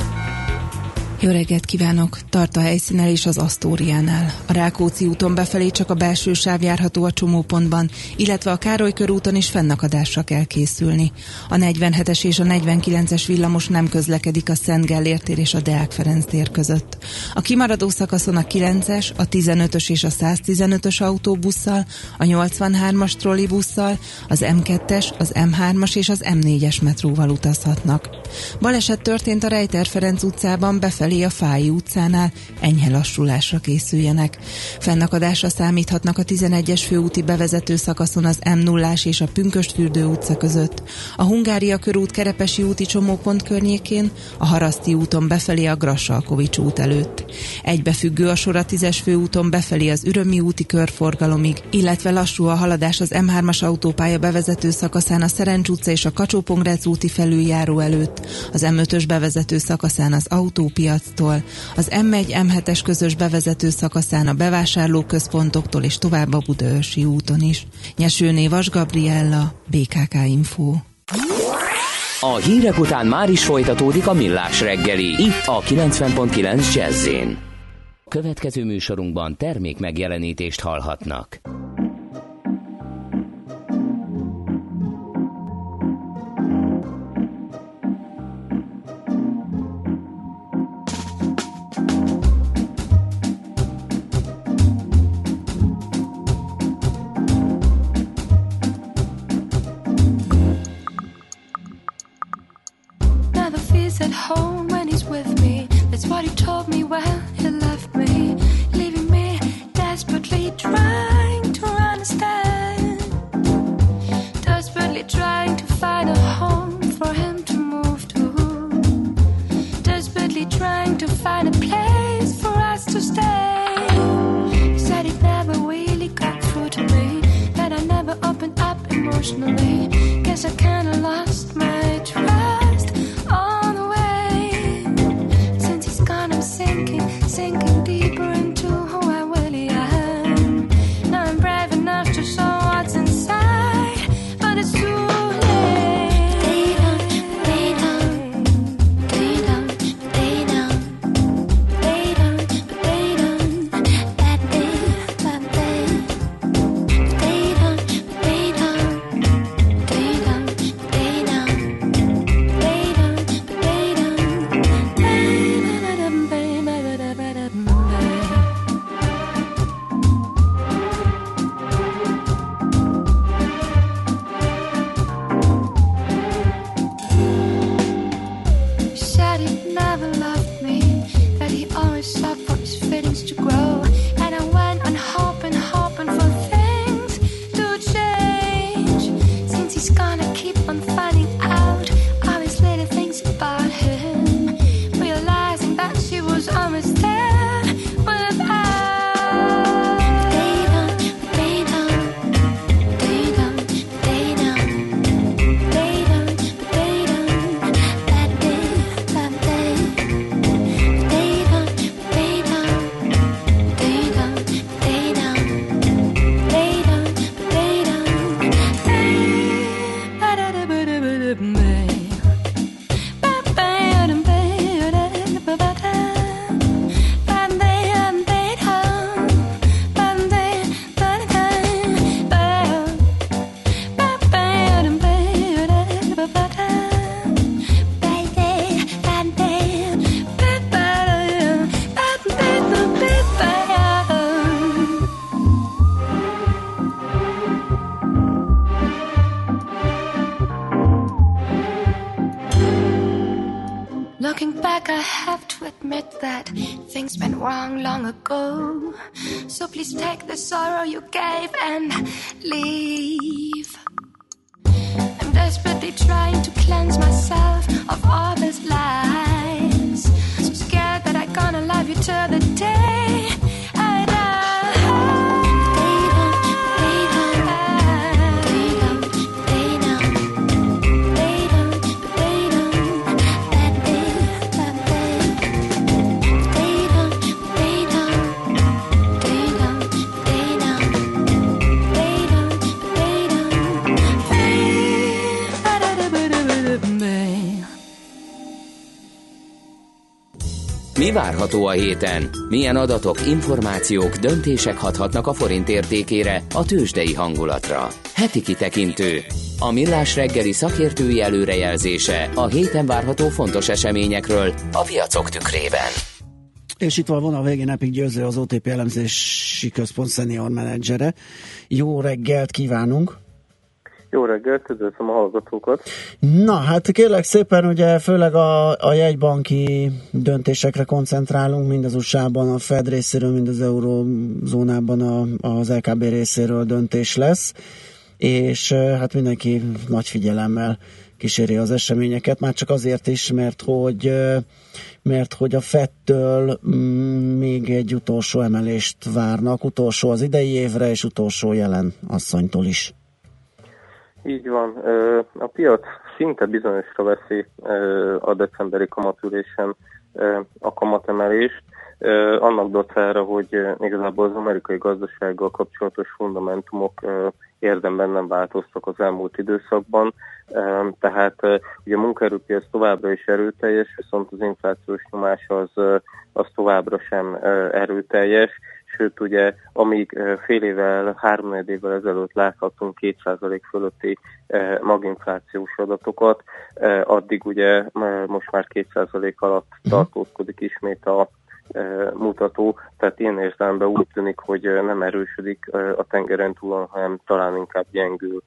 Jó reggelt kívánok! Tart a helyszínen és az Asztóriánál. A Rákóczi úton befelé csak a belső sáv járható a csomópontban, illetve a Károly körúton is fennakadásra kell készülni. A negyvenhetes és a negyvenkilences villamos nem közlekedik a Szent Gellért tér és a Deák Ferenc tér között. A kimaradó szakaszon a kilences, a tizenötös és a száztizenötös autóbusszal, a nyolcvanhármas trollibusszal, az em kettes, az em hármas és az em négyes metróval utazhatnak. Baleset történt a Rejter Ferenc utcában befelé a Fályi utcánál, enyhe lassulásra készüljenek. Fennakadásra számíthatnak a tizenegyes főúti bevezető szakaszon az em nullás és a Pünkösdfürdő utca között, a Hungária körút Kerepesi úti csomópont környékén, a Haraszti úton befelé a Grassalkovics út előtt. Egybefüggő a sor a tízes főúton befelé az Ürömi úti körforgalomig, illetve lassú a haladás az em hármas autópálya bevezető szakaszán a Szerencs utca és a Kacsó-Pongrác úti felüljáró előtt, az em ötös bevezető szakaszán az autópiactól, az em egy em hetes közös bevezető szakaszán a bevásárlóközpontoktól és tovább a Budaörsi úton is. Nyesőné Vas Gabriella, bé ká ká Info. A hírek után már is folytatódik a Millás reggeli, itt a kilencven pont kilenc Jazz-in. Következő műsorunkban termék megjelenítést hallhatnak. At home when he's with me, that's what he told me when he left me, leaving me desperately trying to understand, desperately trying to find a home for him to move to, desperately trying to find a place for us to stay. He said it never really got through to me, that I never opened up emotionally. Guess I kinda lost my trust. Oh, sinking, sinking deeper into who I really am. Now I'm brave enough to show what's inside, but it's too late. They don't, they don't, they don't, they don't, they don't, but they don't, that they, that they, they don't, but they don't, finding out all these little things about her, realizing that she was almost there without. They don't, they don't, they don't, they don't, they don't, they don't, that day, that day. They don't, they don't, they don't, they don't, they don't, they don't, they. Looking back, I have to admit that things went wrong long ago. So please take the sorrow you gave and leave. I'm desperately trying to cleanse myself of all these lies. So scared that I'm gonna love you till the day I die. Mi várható a héten? Milyen adatok, információk, döntések hathatnak a forint értékére, a tőzsdei hangulatra? Heti kitekintő. A Millás reggeli szakértői előrejelzése a héten várható fontos eseményekről a piacok tükrében. És itt van vonal végén Epik Győző, az o té pé elemzési központ senior menedzsere. Jó reggelt kívánunk! Jó reggelt, üdvözlöm a hallgatókat! Na, hát kérlek szépen, ugye főleg a, a jegybanki döntésekre koncentrálunk, mind az u es á-ban a Fed részéről, mind az eurozónában a, az el ká bé részéről döntés lesz, és hát mindenki nagy figyelemmel kíséri az eseményeket, már csak azért is, mert hogy, mert hogy a Fedtől még egy utolsó emelést várnak, utolsó az idei évre, és utolsó jelen asszonytól is. Így van. A piac szinte bizonyosra veszi a decemberi kamatülésen a kamatemelést, annak dacára, hogy igazából az amerikai gazdasággal kapcsolatos fundamentumok érdemben nem változtak az elmúlt időszakban, tehát ugye a munkaerőpiac továbbra is erőteljes, viszont az inflációs nyomás az, az továbbra sem erőteljes, sőt ugye amíg fél évvel, három évvel ezelőtt láthatunk két százalék fölötti maginflációs adatokat, addig ugye most már két százalék alatt tartózkodik ismét a mutató, tehát ilyen értelemben úgy tűnik, hogy nem erősödik a tengeren túlon, hanem talán inkább gyengül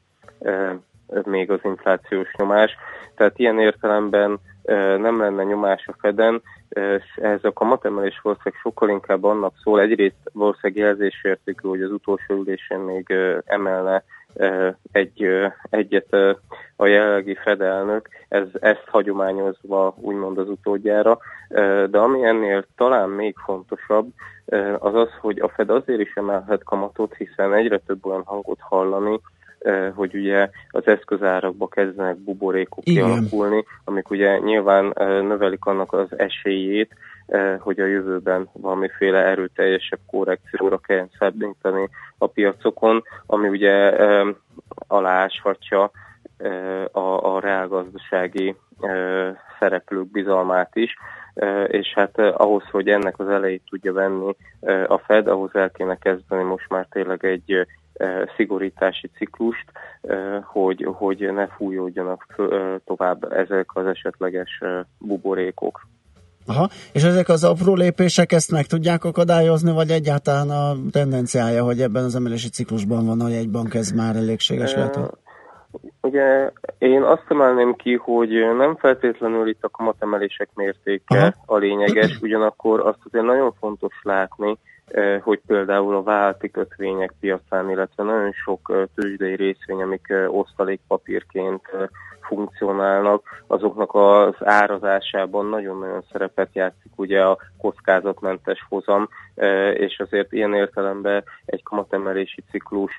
még az inflációs nyomás. Tehát ilyen értelemben nem lenne nyomás a Feden, és ez a kamatemelés valószínűleg sokkal inkább annak szól. Egyrészt valószínűleg jelzésértékű, hogy az utolsó ülésén még emelne egy, egyet a jelenlegi Fed elnök, ez, ezt hagyományozva úgymond az utódjára, de ami ennél talán még fontosabb, az az, hogy a Fed azért is emelhet kamatot, hiszen egyre több olyan hangot hallani, hogy ugye az eszközárakba kezdenek buborékok kialakulni, amik ugye nyilván növelik annak az esélyét, hogy a jövőben valamiféle erőteljesebb korrekcióra kell szabdítani a piacokon, ami ugye alááshatja a, a reálgazdasági szereplők bizalmát is, és hát ahhoz, hogy ennek az elejét tudja venni a Fed, ahhoz el kéne kezdeni most már tényleg egy szigorítási ciklust, hogy, hogy ne fújódjanak tovább ezek az esetleges buborékok. Aha, és ezek az apró lépések ezt meg tudják akadályozni, vagy egyáltalán a tendenciája, hogy ebben az emelési ciklusban van a jegybank, ez már elégséges lehet? Ugye én azt emelném ki, hogy nem feltétlenül itt a kamatemelések mértéke Aha. a lényeges, ugyanakkor azt azért nagyon fontos látni, hogy például a vállalati kötvények piacán, illetve nagyon sok tőzsdei részvény, amik osztalékpapírként funkcionálnak, azoknak az árazásában nagyon-nagyon szerepet játszik ugye a kockázatmentes hozam, és azért ilyen értelemben egy kamatemelési ciklus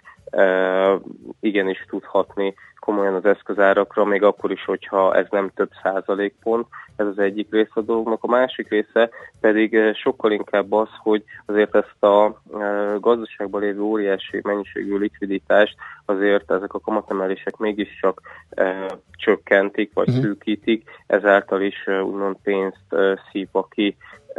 igenis tud hatni komolyan az eszközárakra, még akkor is, hogyha ez nem több százalékpont, ez az egyik része a dolognak. A másik része pedig sokkal inkább az, hogy azért ezt a gazdaságban lévő óriási mennyiségű likviditást azért ezek a kamatemelések mégiscsak csökkentik, vagy szűkítik, ezáltal is úgymond pénzt szívva ki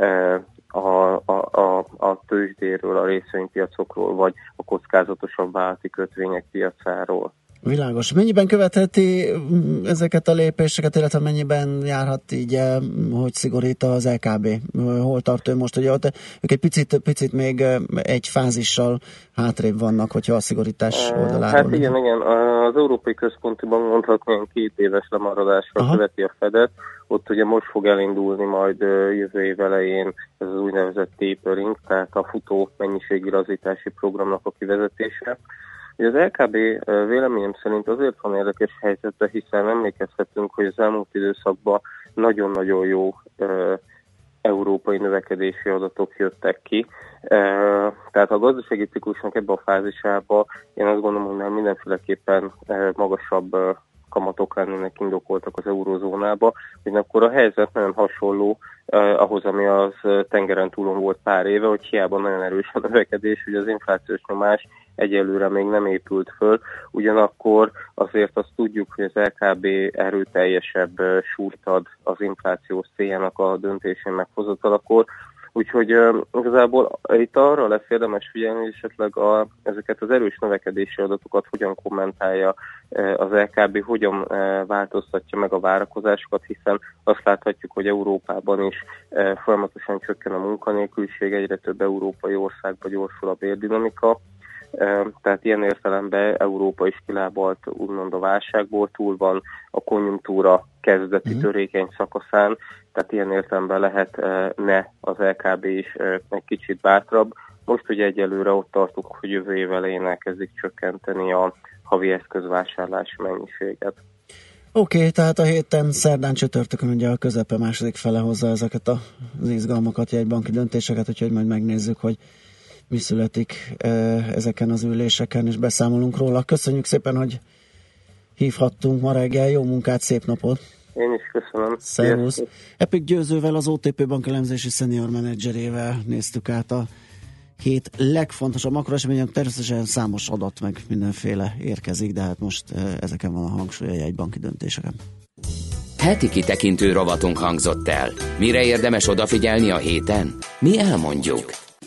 A, a, a, a tőzsdéről, a részvénypiacokról, vagy a kockázatosabb vállalati kötvények piacáról. Világos. Mennyiben követheti ezeket a lépéseket, illetve mennyiben járhat így, hogy szigorít az é ká bé? Hol tart ő most? Ugye ott ők egy picit, picit még egy fázissal hátrébb vannak, hogyha a szigorítás oldaláról. Hát igen, igen. Az Európai Központi Bank mondhatni ilyen két éves lemaradásra Aha. követi a Fedet. Ott ugye most fog elindulni majd jövő év elején ez az úgynevezett tapering, tehát a futó mennyiségi lazítási programnak a kivezetése. Az é ká bé véleményem szerint azért van érdekes helyzetben, hiszen emlékezhetünk, hogy az elmúlt időszakban nagyon-nagyon jó e, európai növekedési adatok jöttek ki. E, tehát a gazdasági ciklusnak ebben a fázisában én azt gondolom, hogy már mindenféleképpen e, magasabb e, kamatok lennének indokoltak az eurózónába, hogy akkor a helyzet nagyon hasonló eh, ahhoz, ami az tengeren túlon volt pár éve, hogy hiába nagyon erős a növekedés, hogy az inflációs nyomás egyelőre még nem épült föl, ugyanakkor azért azt tudjuk, hogy az é ká bé erőteljesebb eh, súlyt ad az inflációs céljának a döntésén meghozatalakor, úgyhogy uh, igazából itt arra lesz érdemes figyelni, hogy esetleg a, ezeket az erős növekedési adatokat hogyan kommentálja uh, az é ká bé, hogyan uh, változtatja meg a várakozásokat, hiszen azt láthatjuk, hogy Európában is uh, folyamatosan csökken a munkanélküliség, egyre több európai országban gyorsul a bérdinamika. Tehát ilyen értelemben Európa is kilábalt úgymond a válságból, túl van a konjunktúra kezdeti uh-huh. törékeny szakaszán, tehát ilyen értelemben lehetne az é ká bé is egy kicsit bátrabb. Most ugye egyelőre ott tartunk, hogy jövő év elején elkezdik csökkenteni a havi eszközvásárlási mennyiséget. Oké, okay, tehát a héten szerdán csütörtökön ugye a közepe második fele hozza ezeket az izgalmakat, jegybanki döntéseket, úgyhogy majd megnézzük, hogy mi születik ezeken az üléseken, és beszámolunk róla. Köszönjük szépen, hogy hívhattunk ma reggel. Jó munkát, szép napot! Én is köszönöm. Szervusz! Epik Győzővel, az o té pé Bank elemzési senior menedzserével néztük át a hét legfontosabb makroeseményen. Természetesen számos adat, meg mindenféle érkezik, de hát most ezeken van a hangsúly a jegybanki döntéseken. Heti kitekintő rovatunk hangzott el. Mire érdemes odafigyelni a héten? Mi elmondjuk.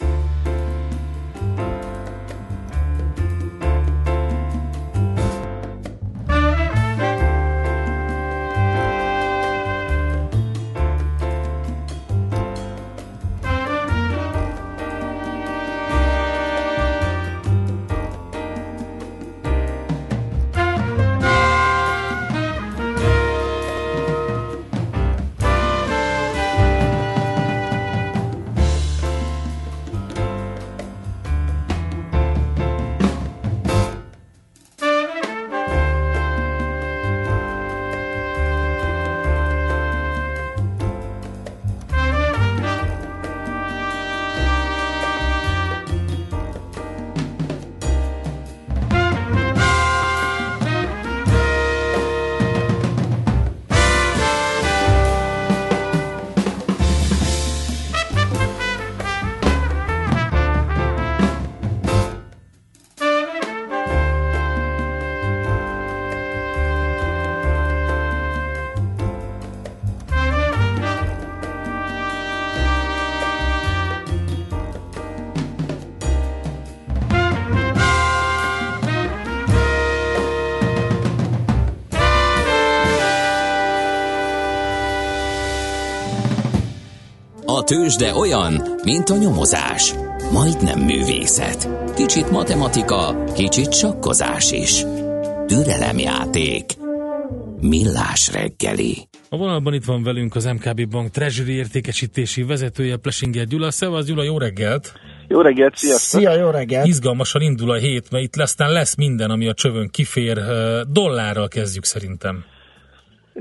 A tőzsde olyan, mint a nyomozás. Majdnem művészet. Kicsit matematika, kicsit sakkozás is. Türelemjáték. Millás reggeli. A vonalban itt van velünk az em ká bé Bank Treasury értékesítési vezetője, Plesinger Gyula. Szevasz Gyula, jó reggelt! Jó reggelt, sziasztok! Szia, jó reggelt! Izgalmasan indul a hét, mert itt aztán lesz minden, ami a csövön kifér. Dollárral kezdjük szerintem.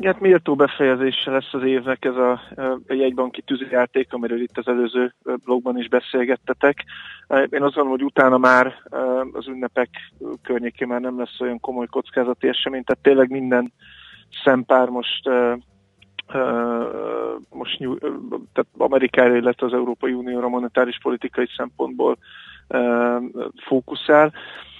Hát méltó befejezése lesz az évnek ez a, a jegybanki tűzijáték, amiről itt az előző blogban is beszélgettetek. Én azt gondolom, hogy utána már az ünnepek környékén már nem lesz olyan komoly kockázati esemény, tehát tényleg minden szempár most, most tehát Amerikára, illetve az Európai Unióra monetáris politikai szempontból fókuszál.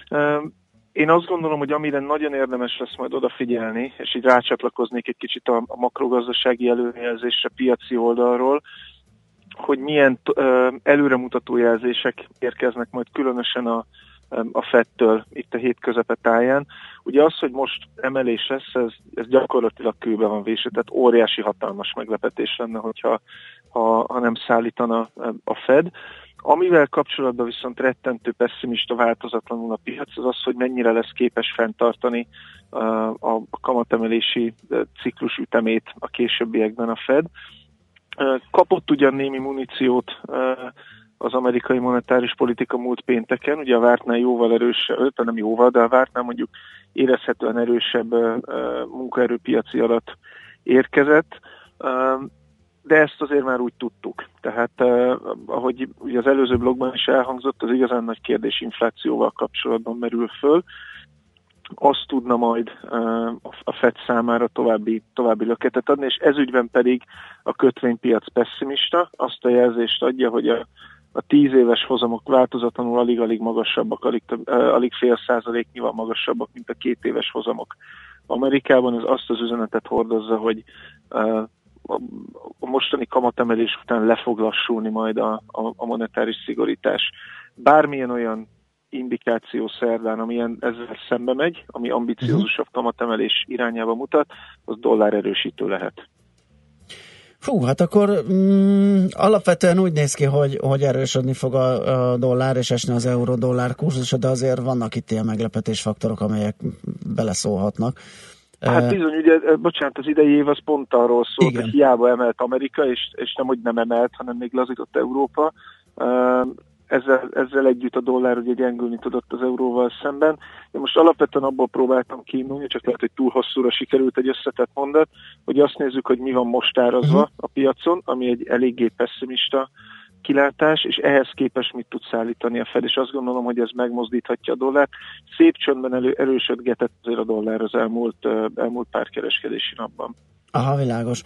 Én azt gondolom, hogy amire nagyon érdemes lesz majd odafigyelni, és így rácsatlakoznék egy kicsit a, a makrogazdasági előrejelzésre piaci oldalról, hogy milyen uh, előremutató jelzések érkeznek majd különösen a, a Fedtől itt a hét közepetáján. Ugye az, hogy most emelés lesz, ez, ez gyakorlatilag kőbe van vésve, tehát óriási hatalmas meglepetés lenne, hogyha ha, ha nem szállítana a Fed. Amivel kapcsolatban viszont rettentő pesszimista változatlanul a piac, az az, hogy mennyire lesz képes fenntartani uh, a kamatemelési ciklus ütemét a későbbiekben a Fed. Uh, kapott ugyan némi muníciót uh, az amerikai monetáris politika múlt pénteken, ugye a vártnál jóval erősebb, nem jóval, de a vártnál mondjuk érezhetően erősebb uh, munkaerőpiaci adat érkezett. Uh, De ezt azért már úgy tudtuk. Tehát, eh, ahogy ugye az előző blogban is elhangzott, az igazán nagy kérdés inflációval kapcsolatban merül föl. Azt tudna majd eh, a Fed számára további, további löketet adni, és ezügyben pedig a kötvénypiac pesszimista azt a jelzést adja, hogy a, a tíz éves hozamok változatlanul alig-alig magasabbak, alig, eh, alig fél százaléknyival magasabbak, mint a két éves hozamok. Amerikában ez azt az üzenetet hordozza, hogy eh, a mostani kamatemelés után le fog lassulni majd a, a, a monetáris szigorítás. Bármilyen olyan indikáció szerdán, amilyen ezzel szembe megy, ami ambiciózusabb kamatemelés irányába mutat, az dollár erősítő lehet. Fú, hát akkor mm, alapvetően úgy néz ki, hogy, hogy erősödni fog a, a dollár, és esni az euró-dollár kurzusa, de azért vannak itt ilyen meglepetésfaktorok, amelyek beleszólhatnak. Hát bizony, ugye, bocsánat, az idei év az pont arról szólt, igen, hogy hiába emelt Amerika, és, és nem, hogy nem emelt, hanem még lazított Európa. Ezzel, ezzel együtt a dollár ugye gyengülni tudott az euróval szemben. Én most alapvetően abból próbáltam kiindulni, csak lehet, hogy túl hosszúra sikerült egy összetett mondat, hogy azt nézzük, hogy mi van most árazva a piacon, ami egy eléggé pesszimista kilátás, és ehhez képest mit tud szállítani a Fed, és azt gondolom, hogy ez megmozdíthatja a dollárt. Szép csöndben elő, erősödgetett azért a dollár az elmúlt, elmúlt pár kereskedési napban. Aha, világos.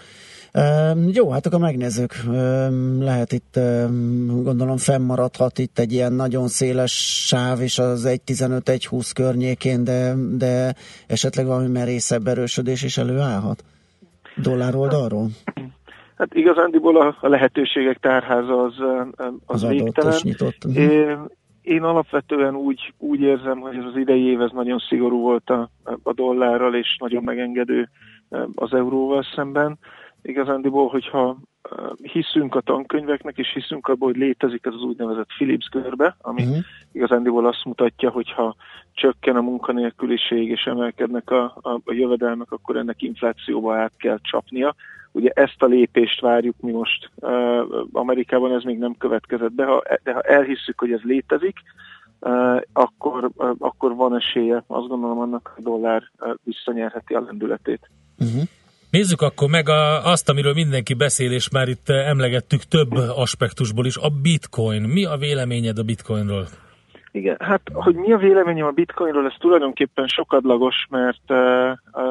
Uh, jó, hát akkor megnézzük. Uh, lehet itt, uh, gondolom fennmaradhat itt egy ilyen nagyon széles sáv is az egy tizenöt egy húsz környékén, de, de esetleg valami merészebb erősödés is előállhat? Dollár oldalról? Hát igazándiból a, a lehetőségek tárháza az, az, az végtelen. Én, én alapvetően úgy, úgy érzem, hogy ez az idei év ez nagyon szigorú volt a, a dollárral, és nagyon megengedő az euróval szemben. Igazándiból, hogyha hiszünk a tankönyveknek, és hiszünk abban, hogy létezik ez az úgynevezett Phillips görbe, ami uh-huh. igazándiból azt mutatja, hogyha csökken a munkanélküliség, és emelkednek a, a, a jövedelmek, akkor ennek inflációba át kell csapnia. Ugye ezt a lépést várjuk mi most. Uh, Amerikában ez még nem következett be, ha, de ha elhisszük, hogy ez létezik, uh, akkor, uh, akkor van esélye, azt gondolom annak, a dollár uh, visszanyerheti a lendületét. Uh-huh. Nézzük akkor meg a, azt, amiről mindenki beszél, és már itt emlegettük több aspektusból is, a bitcoin. Mi a véleményed a bitcoinról? Igen, hát, hogy mi a véleményem a bitcoinról, ez tulajdonképpen sokadlagos, mert uh,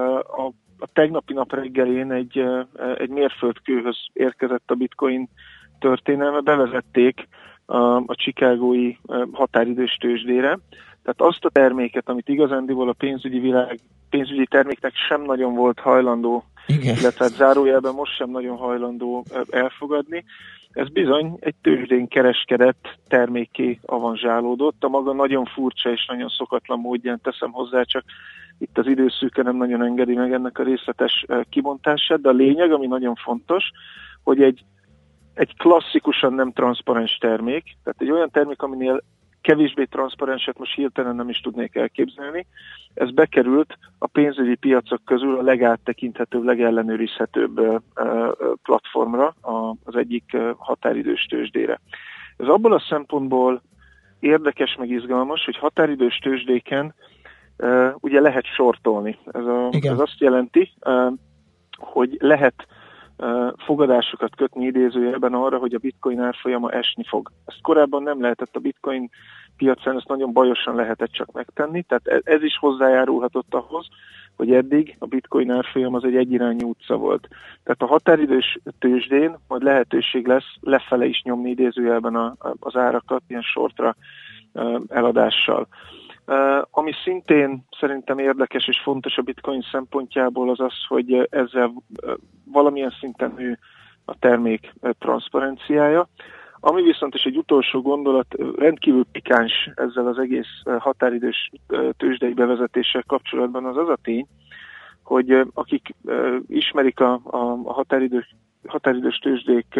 a A tegnapi nap reggelén egy, egy mérföldkőhöz érkezett a bitcoin történelme, bevezették a, a chicagói határidős tőzsdére. Tehát azt a terméket, amit igazándiból a pénzügyi világ, pénzügyi terméknek sem nagyon volt hajlandó, igen, illetve zárójelben most sem nagyon hajlandó elfogadni, ez bizony egy tőzsdén kereskedett termékké avanzsálódott. A maga nagyon furcsa és nagyon szokatlan módján teszem hozzá, csak itt az időszűke nem nagyon engedi meg ennek a részletes kibontását, de a lényeg, ami nagyon fontos, hogy egy, egy klasszikusan nem transzparens termék, tehát egy olyan termék, aminél kevésbé transzparenset most hirtelen nem is tudnék elképzelni, ez bekerült a pénzügyi piacok közül a legáttekinthetőbb, legellenőrizhetőbb platformra, az egyik határidős tőzsdére. Ez abból a szempontból érdekes meg izgalmas, hogy határidős tőzsdéken Uh, ugye lehet sortolni. Ez, a, ez azt jelenti, uh, hogy lehet uh, fogadásokat kötni idézőjelben arra, hogy a bitcoin árfolyama esni fog. Ezt korábban nem lehetett a bitcoin piacán, ezt nagyon bajosan lehetett csak megtenni, tehát ez is hozzájárulhatott ahhoz, hogy eddig a bitcoin árfolyam az egy egyirányú utca volt. Tehát a határidős tőzsdén majd lehetőség lesz lefele is nyomni idézőjelben a, a, az árakat ilyen shortra uh, eladással. Uh, ami szintén szerintem érdekes és fontos a bitcoin szempontjából az az, hogy ezzel uh, valamilyen szinten nő a termék uh, transzparenciája. Ami viszont is egy utolsó gondolat, rendkívül pikáns ezzel az egész határidős tőzsdei bevezetéssel kapcsolatban az az a tény, hogy akik ismerik a, a határidős, határidős tőzsdék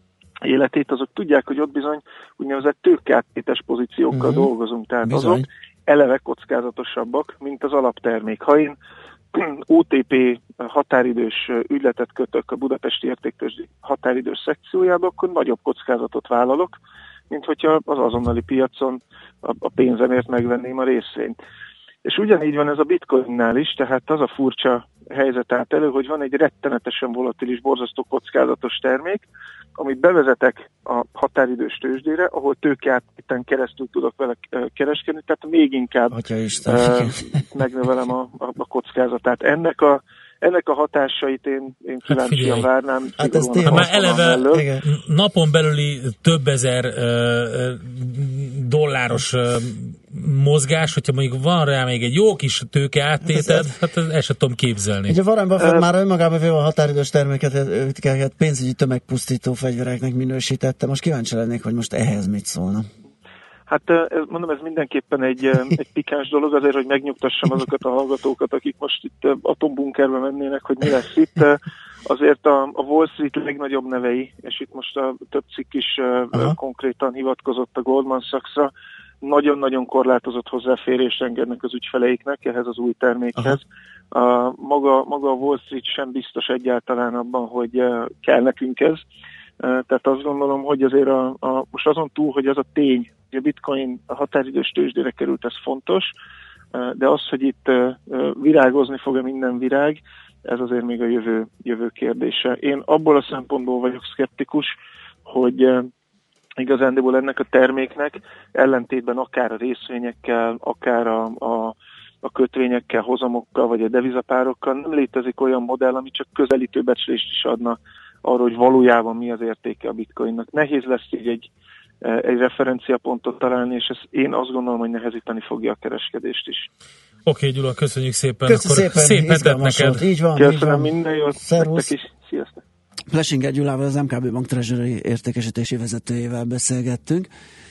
életét, azok tudják, hogy ott bizony úgynevezett tőkeáttétes pozíciókkal uh-huh. dolgozunk, tehát bizony. Azok eleve kockázatosabbak, mint az alaptermék. Ha én o té pé határidős ügyletet kötök a Budapesti Értéktőzsde határidős szekciójába, akkor nagyobb kockázatot vállalok, mint hogyha az azonnali piacon a, a pénzemért megvenném a részvényt. És ugyanígy van ez a bitcoinnál is, tehát az a furcsa helyzet állt elő, hogy van egy rettenetesen volatilis, borzasztó kockázatos termék, amit bevezetek a határidős tőzsdére, ahol tőkeáttéten keresztül tudok vele kereskedni, tehát még inkább uh, megnövelem a, a, a kockázatát. Ennek a Ennek a hatásait én, én kíváncsian hát várnám. Hát ez tényleg. Már eleve igen. napon belüli több ezer uh, dolláros uh, mozgás, hogyha mondjuk van rá még egy jó kis tőke áttéted, hát ezt se tudom képzelni. Ugye Warren Buffett uh, már önmagában véve a határidős terméket pénzügyi tömegpusztító fegyvereknek minősítette. Most kíváncsi lennék, hogy most ehhez mit szólna. Hát mondom, ez mindenképpen egy, egy pikáns dolog, azért, hogy megnyugtassam azokat a hallgatókat, akik most itt atombunkerbe mennének, hogy mi lesz itt. Azért a, a Wall Street legnagyobb nevei, és itt most a több cikk is Aha. konkrétan hivatkozott a Goldman Sachsra, nagyon-nagyon korlátozott hozzáférést engednek az ügyfeleiknek ehhez az új termékhez. A, maga, maga a Wall Street sem biztos egyáltalán abban, hogy kell nekünk ez. Tehát azt gondolom, hogy azért a, a, most azon túl, hogy az a tény, hogy a bitcoin a határidős tőzsdére került, ez fontos, de az, hogy itt virágozni fog-e minden virág, ez azért még a jövő, jövő kérdése. Én abból a szempontból vagyok szkeptikus, hogy igazándiból ennek a terméknek ellentétben akár a részvényekkel, akár a, a, a kötvényekkel, hozamokkal, vagy a devizapárokkal nem létezik olyan modell, ami csak közelítő becslést is adna arról, hogy valójában mi az értéke a bitcoinnak. Nehéz lesz így egy, egy referenciapontot találni, és ez én azt gondolom, hogy nehezíteni fogja a kereskedést is. Oké, okay, Gyula, köszönjük szépen. Köszönjük Akkor szépen, szép hetet neked. Így van, Köszönöm, így van. minden jót. Szervusz. Is. Sziasztok. Flesinger Gyulával, az em ká bé Bank Treasury értékesítési vezetőjével beszélgettünk,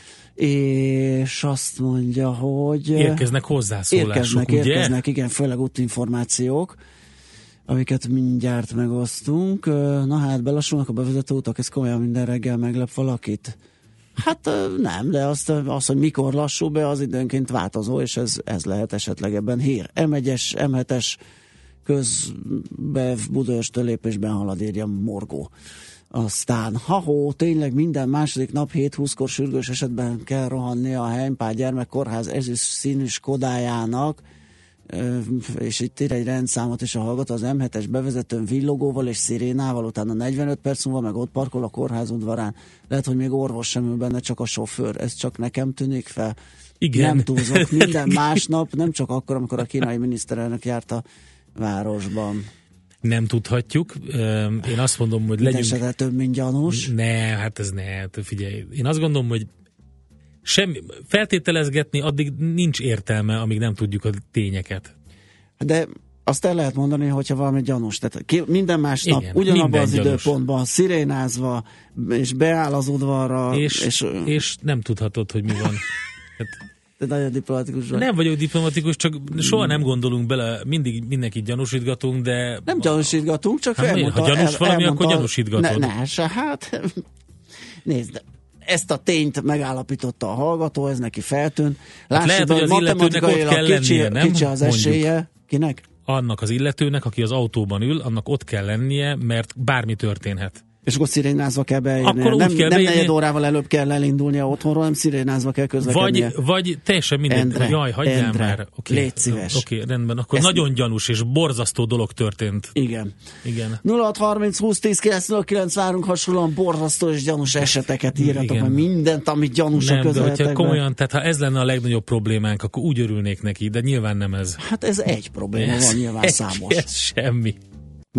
és azt mondja, hogy... Érkeznek hozzászólások, érkeznek, ugye? Érkeznek, igen, főleg útinformációk, amiket mindjárt megosztunk. Na hát, belassulnak a bevezető utak, ez komolyan minden reggel meglep valakit? Hát nem, de azt, az, hogy mikor lassul be, az időnként változó, és ez, ez lehet esetleg ebben hír. em egyes, em hetes közbev Budaörstől lépésben halad, írja Morgó. Aztán, ha-hó, tényleg minden második nap hét-húszkor sürgős esetben kell rohanni a Heimpál gyermekkórház ezüst színű Skodájának, és itt ír egy rendszámot, és a hallgató az em hetes bevezetőn villogóval és szirénával, utána negyvenöt perc múlva meg ott parkol a kórház udvarán. Lehet, hogy még orvos sem ül benne, csak a sofőr. Ez csak nekem tűnik fel. Igen. Nem túlzok. Minden másnap, nem csak akkor, amikor a kínai miniszterelnök járt a városban. Nem tudhatjuk. Én azt mondom, hogy legyünk... Mindenesetre több, mint gyanús. Ne, hát ez ne. Figyelj, én azt gondolom, hogy semmi, feltételezgetni addig nincs értelme, amíg nem tudjuk a tényeket. De azt el lehet mondani, hogyha valami gyanús. Tehát ki, minden más nap Igen, ugyanabban az gyanús. időpontban szirénázva, és beáll az udvarra. És, és, és nem tudhatod, hogy mi van. Hát, de nagyon diplomatikus vagy. Nem vagyok diplomatikus, csak soha nem gondolunk bele, mindig mindenkit gyanúsítgatunk, de... Nem gyanúsítgatunk, csak hát, elmondta, ha gyanús el, valami, elmondta, akkor gyanúsítgatod. Ne, ne, se, hát... Nézd, ezt a tényt megállapította a hallgató, ez neki feltűnt. Lássuk, hát lehet, hogy az illetőnek ott kell kicsi, lennie, nem? Kicsi az esélye. Mondjuk. Kinek? Annak az illetőnek, aki az autóban ül, annak ott kell lennie, mert bármi történhet. És akkor szirénázva kell beérni. Akkor nem kell nem negyed órával előbb kell elindulnia otthonról, nem szirénázva kell közlekednie. Vagy, vagy teljesen mindegy. Endre, Jaj, hagyjál Endre, már. Okay. Légy szíves. Oké, okay, rendben. Akkor Ezt nagyon gyanús és borzasztó dolog történt. Igen. Igen. nulla hat harminc húsz tíz kilenc nulla kilenc várunk hasonlóan borzasztó és gyanús eseteket írjatok, mert mindent, amit gyanús a közeletekben. Komolyan, tehát ha ez lenne a legnagyobb problémánk, akkor úgy örülnék neki, de nyilván nem ez. Hát ez egy probléma, ez, van nyilván egy, számos. Ez semmi.